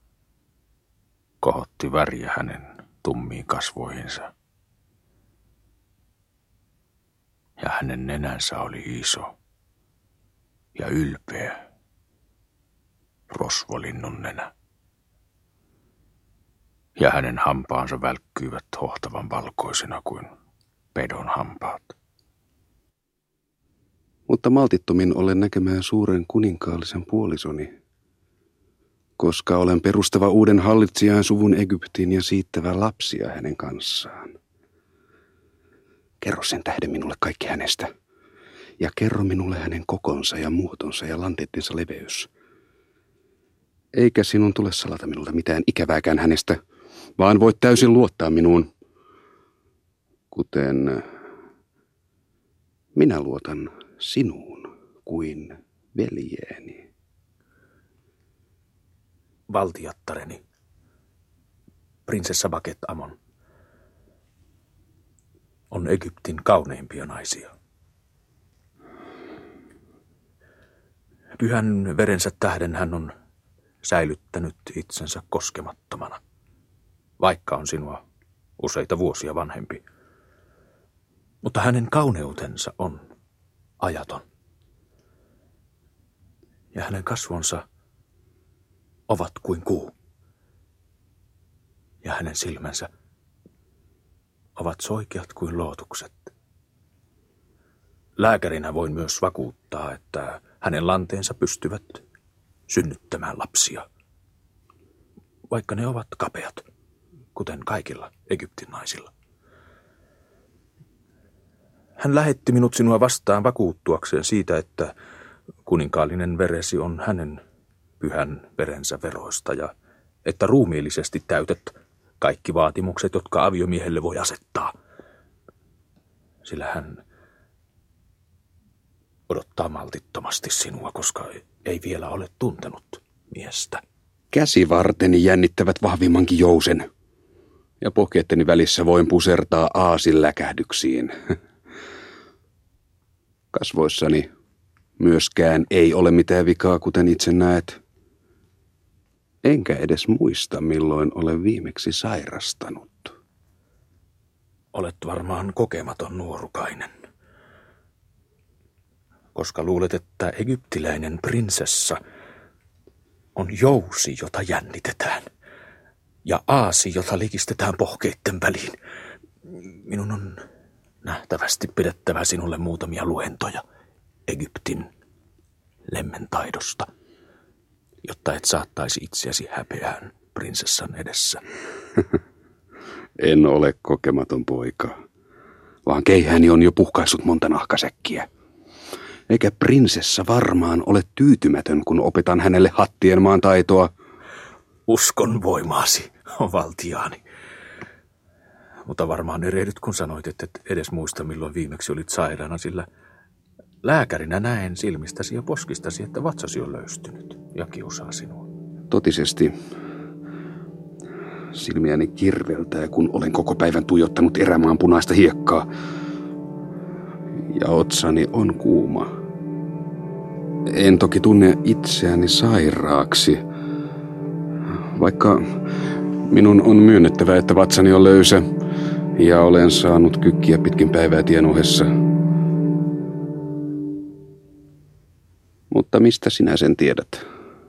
kohotti väriä hänen tummiin kasvoihinsa. Ja hänen nenänsä oli iso ja ylpeä, rosvolinnun nenä. Ja hänen hampaansa välkkyivät hohtavan valkoisina kuin pedon hampaat. Mutta maltittomin olen näkemään suuren kuninkaallisen puolisoni, koska olen perustava uuden hallitsijan suvun Egyptiin ja siittävä lapsia hänen kanssaan. Kerro sen tähden minulle kaikki hänestä, ja kerro minulle hänen kokonsa ja muotonsa ja lanteittensa leveys. Eikä sinun tule salata minulta mitään ikävääkään hänestä, vaan voit täysin luottaa minuun, kuten minä luotan sinuun kuin veljeeni. Valtiattareni, prinsessa Baket Amon, on Egyptin kauneimpia naisia. Pyhän verensä tähden hän on säilyttänyt itsensä koskemattomana, vaikka on sinua useita vuosia vanhempi. Mutta hänen kauneutensa on ajaton. Ja hänen kasvonsa ovat kuin kuu. Ja hänen silmänsä ovat soikeat kuin lootukset. Lääkärinä voin myös vakuuttaa, että hänen lanteensa pystyvät synnyttämään lapsia, vaikka ne ovat kapeat, kuten kaikilla Egyptin naisilla. Hän lähetti minut sinua vastaan vakuuttuakseen siitä, että kuninkaallinen veresi on hänen pyhän verensä veroista ja että ruumiillisesti täytät kaikki vaatimukset, jotka aviomiehelle voi asettaa. Sillä hän odottaa maltittomasti sinua, koska ei vielä ole tuntenut miestä. Käsivarteni jännittävät vahvimmankin jousen, ja pohkeetteni välissä voin pusertaa aasin läkähdyksiin. Kasvoissani myöskään ei ole mitään vikaa, kuten itse näet. Enkä edes muista, milloin olen viimeksi sairastanut. Olet varmaan kokematon nuorukainen, koska luulet, että egyptiläinen prinsessa on jousi, jota jännitetään, ja aasi, jota likistetään pohkeitten väliin. Minun on nähtävästi pidettävä sinulle muutamia luentoja Egyptin lemmentaidosta, jotta et saattaisi itseäsi häpeään prinsessan edessä. En ole kokematon poika, vaan keihäni on jo puhkaissut monta nahkasäkkiä. Eikä prinsessa varmaan ole tyytymätön, kun opetan hänelle hattien maan taitoa. Uskon voimaasi, valtiaani. Mutta varmaan erehdyt, kun sanoit, että et edes muista, milloin viimeksi olit sairaana, sillä lääkärinä näen silmistäsi ja poskistasi, että vatsasi on löystynyt ja kiusaa sinua. Totisesti silmiäni kirveltää, kun olen koko päivän tuijottanut erämaan punaista hiekkaa. Ja otsani on kuuma. En toki tunne itseäni sairaaksi, vaikka minun on myönnettävä, että vatsani on löysä ja olen saanut kykkiä pitkin päivää tien ohessa. Mutta mistä sinä sen tiedät?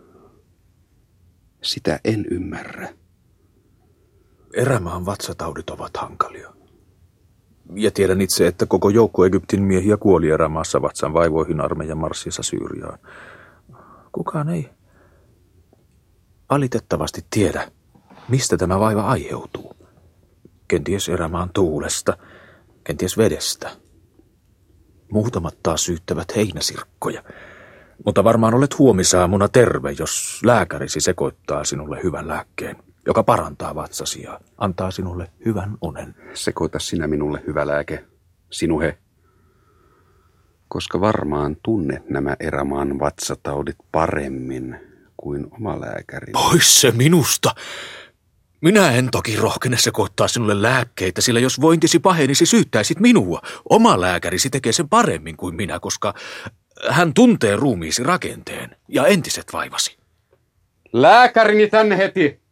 Sitä en ymmärrä. Erämaan vatsataudit ovat hankalia. Ja tiedän itse, että koko joukko Egyptin miehiä kuoli erämaassa vatsan vaivoihin armeijan marssissa Syyriaan. Kukaan ei valitettavasti tiedä, mistä tämä vaiva aiheutuu. Kenties erämaan tuulesta, kenties vedestä. Muutamat taas syyttävät heinäsirkkoja. Mutta varmaan olet huomisaamuna terve, jos lääkärisi sekoittaa sinulle hyvän lääkkeen, joka parantaa vatsasi ja antaa sinulle hyvän unen. Sekoita sinä minulle hyvä lääke, sinuhe. Koska varmaan tunnet nämä erämaan vatsataudit paremmin kuin oma lääkäri. Pois se minusta! Minä en toki rohkene sekoittaa sinulle lääkkeitä, sillä jos vointisi pahenisi, syyttäisit minua. Oma lääkärisi tekee sen paremmin kuin minä, koska hän tuntee ruumiisi rakenteen ja entiset vaivasi. Lääkärini tänne heti!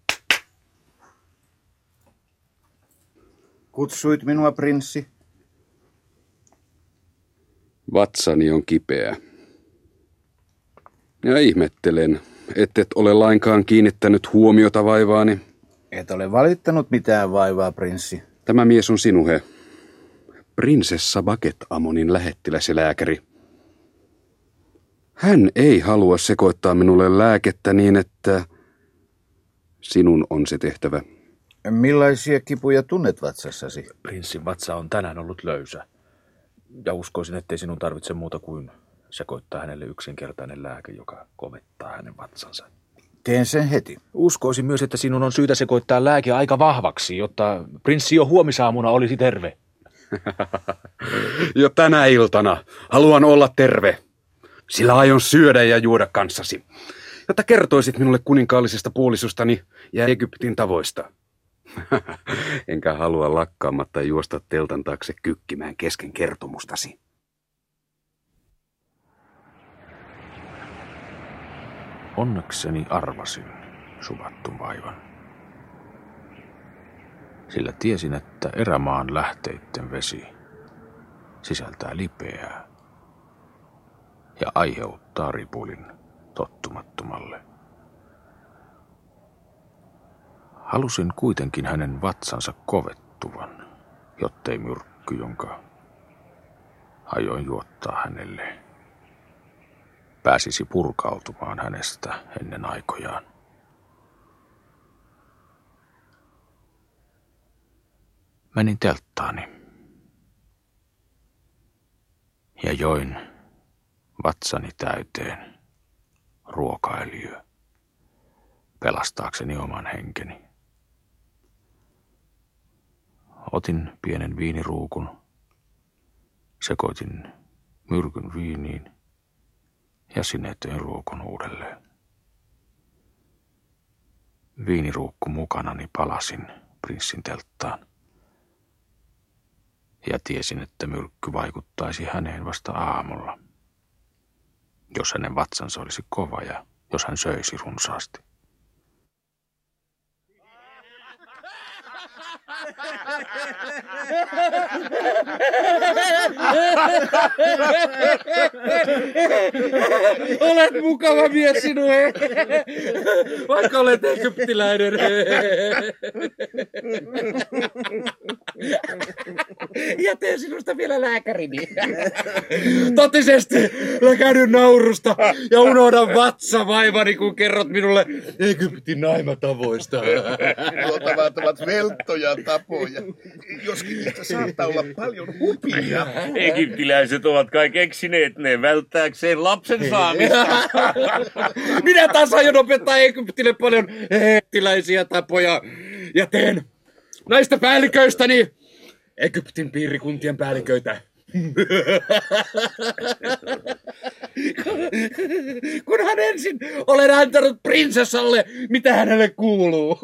Kutsuit minua, prinssi? Vatsani on kipeä. Ja ihmettelen, ettet ole lainkaan kiinnittänyt huomiota vaivaani. Et ole valittanut mitään vaivaa, prinssi. Tämä mies on sinuhe. Prinsessa Baket Amonin lähettiläs ja lääkäri. Hän ei halua sekoittaa minulle lääkettä niin, että sinun on se tehtävä. Millaisia kipuja tunnet vatsassasi? Prinssin vatsa on tänään ollut löysä. Ja uskoisin, ettei sinun tarvitse muuta kuin sekoittaa hänelle yksinkertainen lääke, joka kovettaa hänen vatsansa. Teen sen heti. Uskoisin myös, että sinun on syytä sekoittaa lääke aika vahvaksi, jotta prinssi jo huomisaamuna olisi terve. Jo tänä iltana haluan olla terve, sillä aion syödä ja juoda kanssasi, jotta kertoisit minulle kuninkaallisesta puolisostani ja Egyptin tavoista. Enkä halua lakkaamatta juosta teltan taakse kykkimään kesken kertomustasi. Onnekseni arvasin suvattun vaivan, sillä tiesin, että erämaan lähteitten vesi sisältää lipeää ja aiheuttaa ripulin tottumattomalle. Halusin kuitenkin hänen vatsansa kovettuvan, jottei myrkky, jonka aioin juottaa hänelle, pääsisi purkautumaan hänestä ennen aikojaan. Menin telttaani ja join vatsani täyteen ruokaöljyä pelastaakseni oman henkeni. Otin pienen viiniruukun, sekoitin myrkyn viiniin ja sinetöin ruukun uudelleen. Viiniruukku mukanani palasin prinssin telttaan ja tiesin, että myrkky vaikuttaisi häneen vasta aamulla, jos hänen vatsansa olisi kova ja jos hän söisi runsaasti. Olet mukava mies sinue, vaikka olet egyptiläinen. Ja teen sinusta vielä lääkärini. Totisesti läkähdyn naurusta ja unohdan vatsavaivani, kun kerrot minulle Egyptin naimatavoista. Luotavat ovat velttoja tapoja. Joskin niistä saattaa olla paljon hupia. Egyptiläiset ovat kai keksineet ne välttääkseen lapsen saamista. Minä taas aion opettaa Egyptille paljon egyptiläisiä tapoja. Ja teen näistä päälliköistäni Egyptin piirikuntien päälliköitä. Kunhan ensin olen antanut prinsessalle, mitä hänelle kuuluu.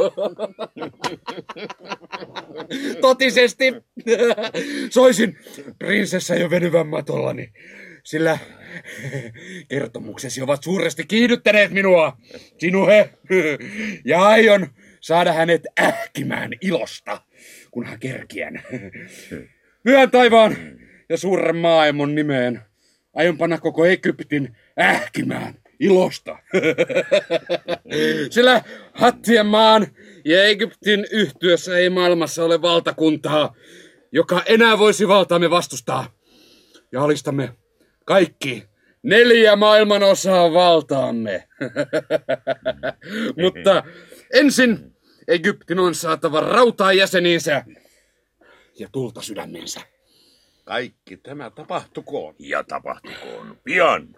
Totisesti soisin prinsessa jo venyvän matollani, sillä kertomuksesi ovat suuresti kiihdyttäneet minua, sinuhe, ja aion saada hänet ähkimään ilosta, kunhan kerkiän. Pyhän taivaan ja suuren maailman nimeen aion panna koko Egyptin ähkimään ilosta. Sillä Hattien maan ja Egyptin yhtyessä ei maailmassa ole valtakuntaa, joka enää voisi valtaamme vastustaa. Ja alistamme kaikki 4 maailmanosaa valtaamme. Mutta ensin Egyptin on saatava rautaa jäseniinsä ja tulta sydämensä. Kaikki tämä tapahtukoon. Ja tapahtukoon pian.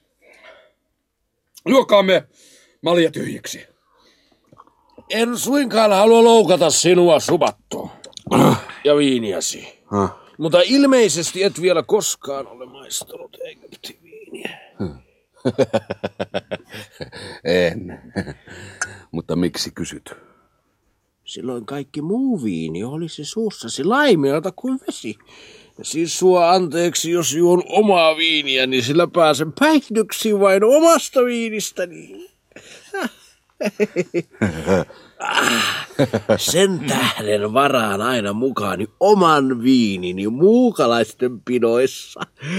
Juokaamme malja tyhjiksi. En suinkaan halua loukata sinua, Subatto, ja viiniäsi. Mutta ilmeisesti et vielä koskaan ole maistanut Egyptin viiniä. En. Mutta miksi kysyt? Silloin kaikki muu viini olisi suussasi laimeata kuin vesi. Ja siis sua anteeksi, jos juon omaa viiniäni, sillä pääsen päihdyksi vain omasta viinistäni. Sen tähden varaan aina mukaani oman viinini muukalaisten pidoissa.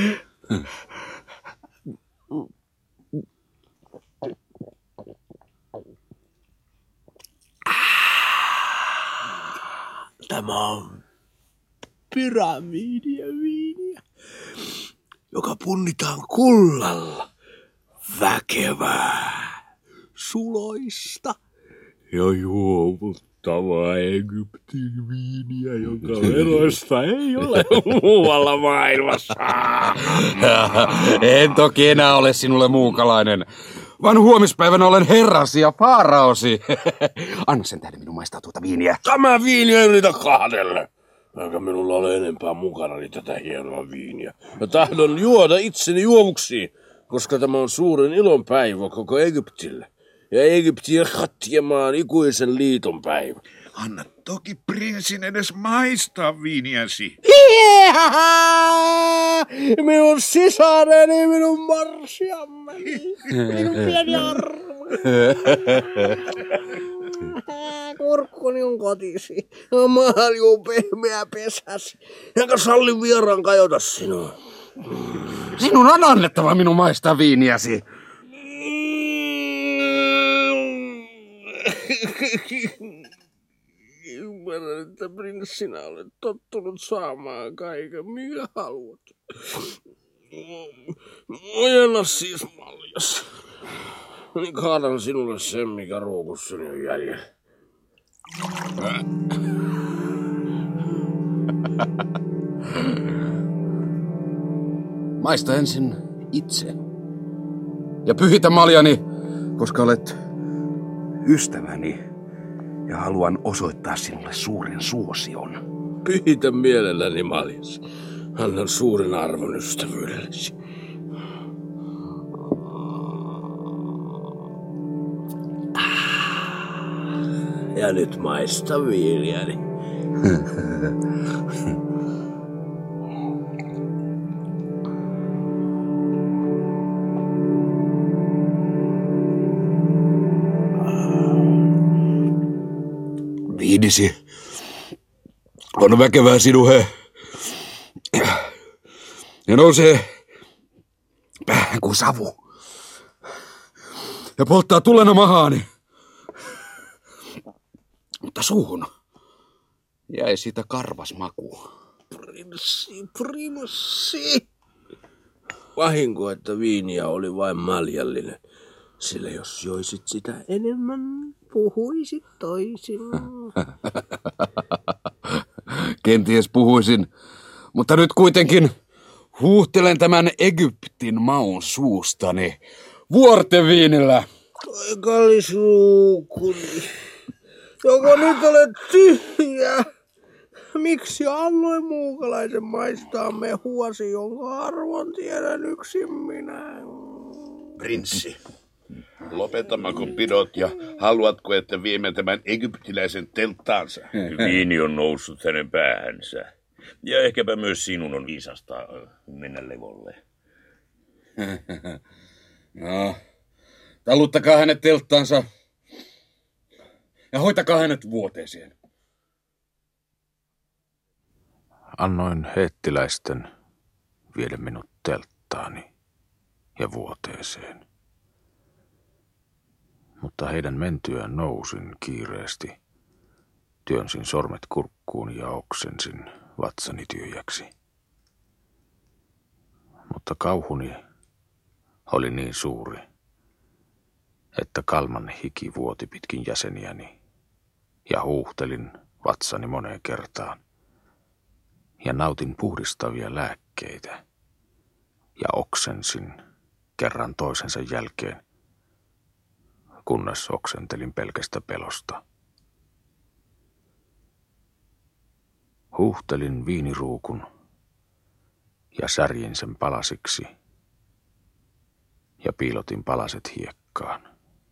Tämä on pyramidia viiniä, joka punnitaan kullalla väkevää, suloista ja juovuttavaa Egyptin viiniä, jonka veroista ei ole muualla maailmassa. En toki enää ole sinulle muukalainen, vaan huomispäivänä olen herrasi ja faaraosi. Anna sen tähden minun maistaa tuota viiniä. Tämä viini ei riitä kahdelle. Eikä minulla ole enempää mukanani tätä hienoa viiniä. Mä tahdon juoda itseni juovuksiin, koska tämä on suurin ilonpäivä koko Egyptille. Ja Egyptin ja Khatjamaan ikuisen liiton päivä. Anna toki prinssin edes maistaa viiniäsi. Minun sisareni, minun marsiammeni, minun pieni armo. Kurkkuni on kotisi, maaljuu pehmeä pesäsi, enkä salli vieraan kajota sinua. Sinun on annettava minun maistaa viiniäsi. Ymmärrän, että prinssinä olet tottunut saamaan kaiken, mikä haluat. Ojenna siis maljas. Niin kaadan sinulle sen, mikä ruukussani on jäljellä. Maista ensin itse. Ja pyhitä maljani, koska olet ystäväni ja haluan osoittaa sinulle suuren suosion. Pyhitä mielelläni maljas. Annan suuren arvon ystävyydellesi. Ja nyt maista viiniäni. Viinisi on väkevää, sinuhe. Ja nousee päähän kuin savu. Ja polttaa tulena mahaani. Mutta suuhun jäi siitä karvas maku. Prinssi. Vahinko, että viiniä oli vain maljallinen. Sillä jos joisit sitä enemmän, puhuisit toisin. Kenties puhuisin, mutta nyt kuitenkin huuhtelen tämän Egyptin maun suustani vuorteviinillä. Toi kallis ruukuni, joko nyt olet tyhjä? Miksi annoin muukalaisen maistaa mehuasi, jonka arvon tiedän yksin minä? Prinssi, lopetammeko pidot ja haluatko, että viemme tämän egyptiläisen telttaansa? Viini on noussut hänen päähänsä. Ja ehkäpä myös sinun on viisasta mennä levolle. No, taluttakaa hänet telttaansa ja hoitakaa hänet vuoteeseen. Annoin heettiläisten viedä minut telttaani ja vuoteeseen. Mutta heidän mentyään nousin kiireesti, työnsin sormet kurkkuun ja oksensin vatsani tyhjäksi. Mutta kauhuni oli niin suuri, että kalman hiki vuoti pitkin jäseniäni ja huuhtelin vatsani moneen kertaan ja nautin puhdistavia lääkkeitä ja oksensin kerran toisensa jälkeen, kunnes oksentelin pelkästä pelosta. Huuhtelin viiniruukun ja särjin sen palasiksi ja piilotin palaset hiekkaan.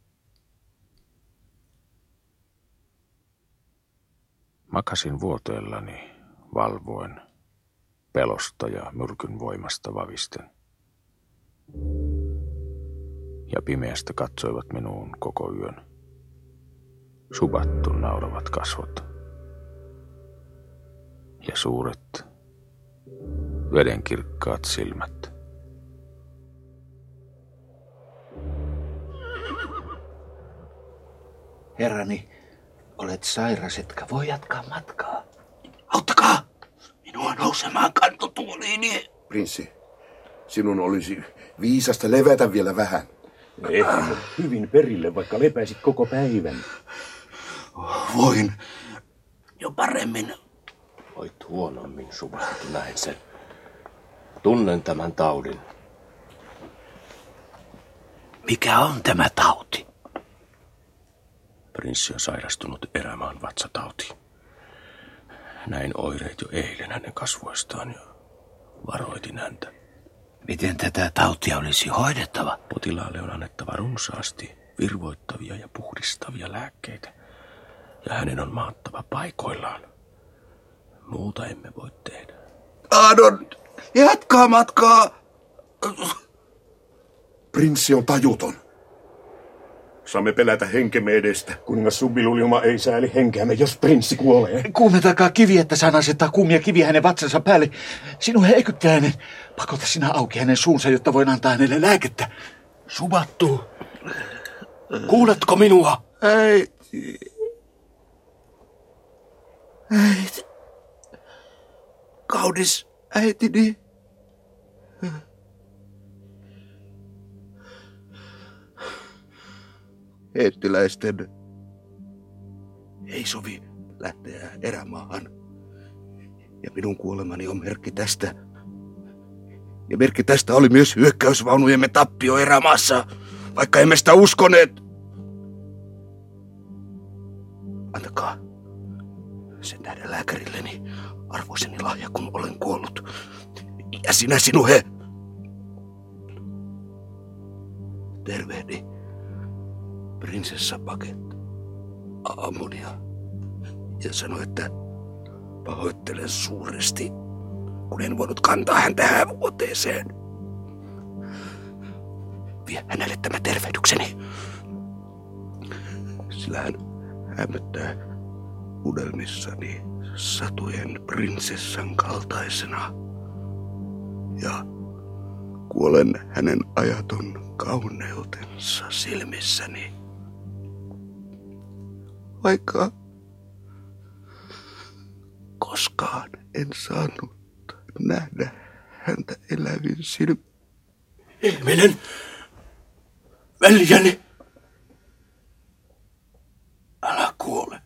Makasin vuoteellani valvoen, pelosta ja myrkyn voimasta vavisten. Ja pimeästä katsoivat minuun koko yön subattu nauravat kasvot ja suuret vedenkirkkaat silmät. Herrani, olet sairas, etkä voi jatkaa matkaa. Auttakaa minua nousemaan kantotuoliini. Prinssi, sinun olisi viisasta levätä vielä vähän. Ehdin hyvin perille, vaikka lepäisit koko päivän. Voin jo paremmin. Voit huonommin, Suvattu, näin sen. Tunnen tämän taudin. Mikä on tämä tauti? Prinssi on sairastunut erämaan vatsatautiin. Näin oireet jo eilen hänen kasvoistaan ja varoitin häntä. Miten tätä tautia olisi hoidettava? Potilaalle on annettava runsaasti virvoittavia ja puhdistavia lääkkeitä. Ja hänen on maattava paikoillaan. Muuta emme voi tehdä. Adon, jatkaa matkaa. Prinssi on tajuton. Saamme pelätä henkemme edestä. Kuningas Subbiluliuma ei sääli henkeämme, jos prinssi kuolee. Kuumentakaa kivi, että saan asettaa kuumia kiviä hänen vatsansa päälle. Sinun egyptiläinen, pakota sinä auki hänen suunsa, jotta voin antaa hänelle lääkettä. Suvattu, kuuletko minua? Äiti. Äiti. Kaunis äitini. Heettiläisten ei sovi lähteä erämaahan. Ja minun kuolemani on merkki tästä. Ja merkki tästä oli myös hyökkäysvaunujemme tappio erämaassa, vaikka emme sitä uskoneet. Antakaa sen tähden lääkärilleni arvoiseni lahja, kun olen kuollut. Ja sinä, Sinuhe, tervehdi prinsessa Baget Amonia ja sano, että pahoittelen suuresti, kun en voinut kantaa häntä häävuoteeseen. Vie hänelle tämä tervehdykseni, sillä hän hämöttää unelmissani satujen prinsessan kaltaisena ja kuolen hänen ajaton kauneutensa silmissäni. Vaikka koskaan en saanut nähdä häntä elävin silmin. Ihminen, veljeni, älä kuole.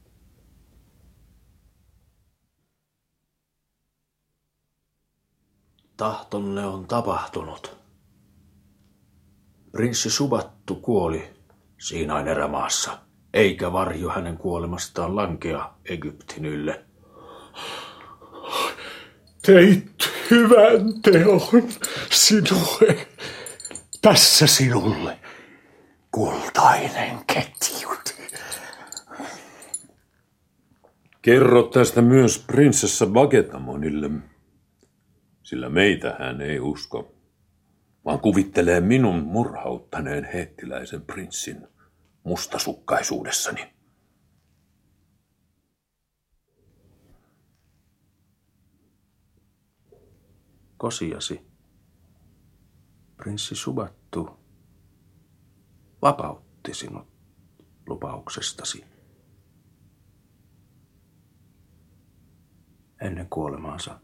Tahtonne on tapahtunut. Prinssi Suvattu kuoli Siinain erämaassa, eikä varjo hänen kuolemastaan lankea Egyptin ylle. Teit hyvän teon, Sinuhe. Tässä sinulle kultainen ketju. Kerro tästä myös prinsessa Bagetamonille, sillä meitä hän ei usko, vaan kuvittelee minun murhauttaneen heettiläisen prinssin mustasukkaisuudessani. Kosiasi, prinssi Suvattu vapautti sinut lupauksestasi ennen kuolemaansa,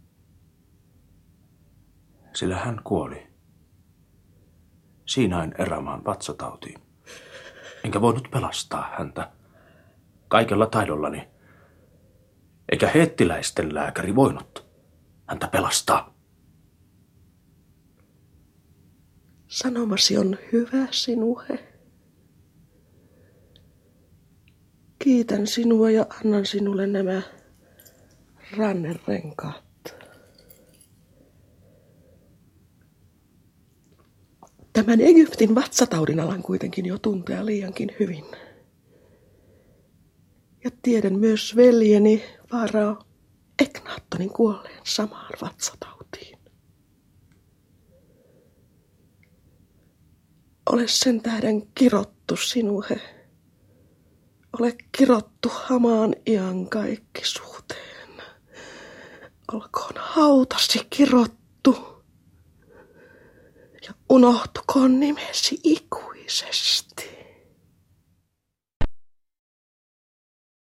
sillä hän kuoli Siinain erämaan vatsatautiin, enkä voinut pelastaa häntä kaikella taidollani, eikä heettiläisten lääkäri voinut häntä pelastaa. Sanomasi on hyvä, Sinuhe. Kiitän sinua ja annan sinulle nämä rannerenkaat. Tämän Egyptin vatsataudin alan kuitenkin jo tuntea liiankin hyvin. Ja tiedän myös veljeni Farao Eknaattonin kuolleen samaan vatsatautiin. Ole sen tähden kirottu, Sinuhe. Ole kirottu hamaan iankaikkisuuteen. Olkoon hautasi kirottu. Ja unohtukoon nimesi ikuisesti.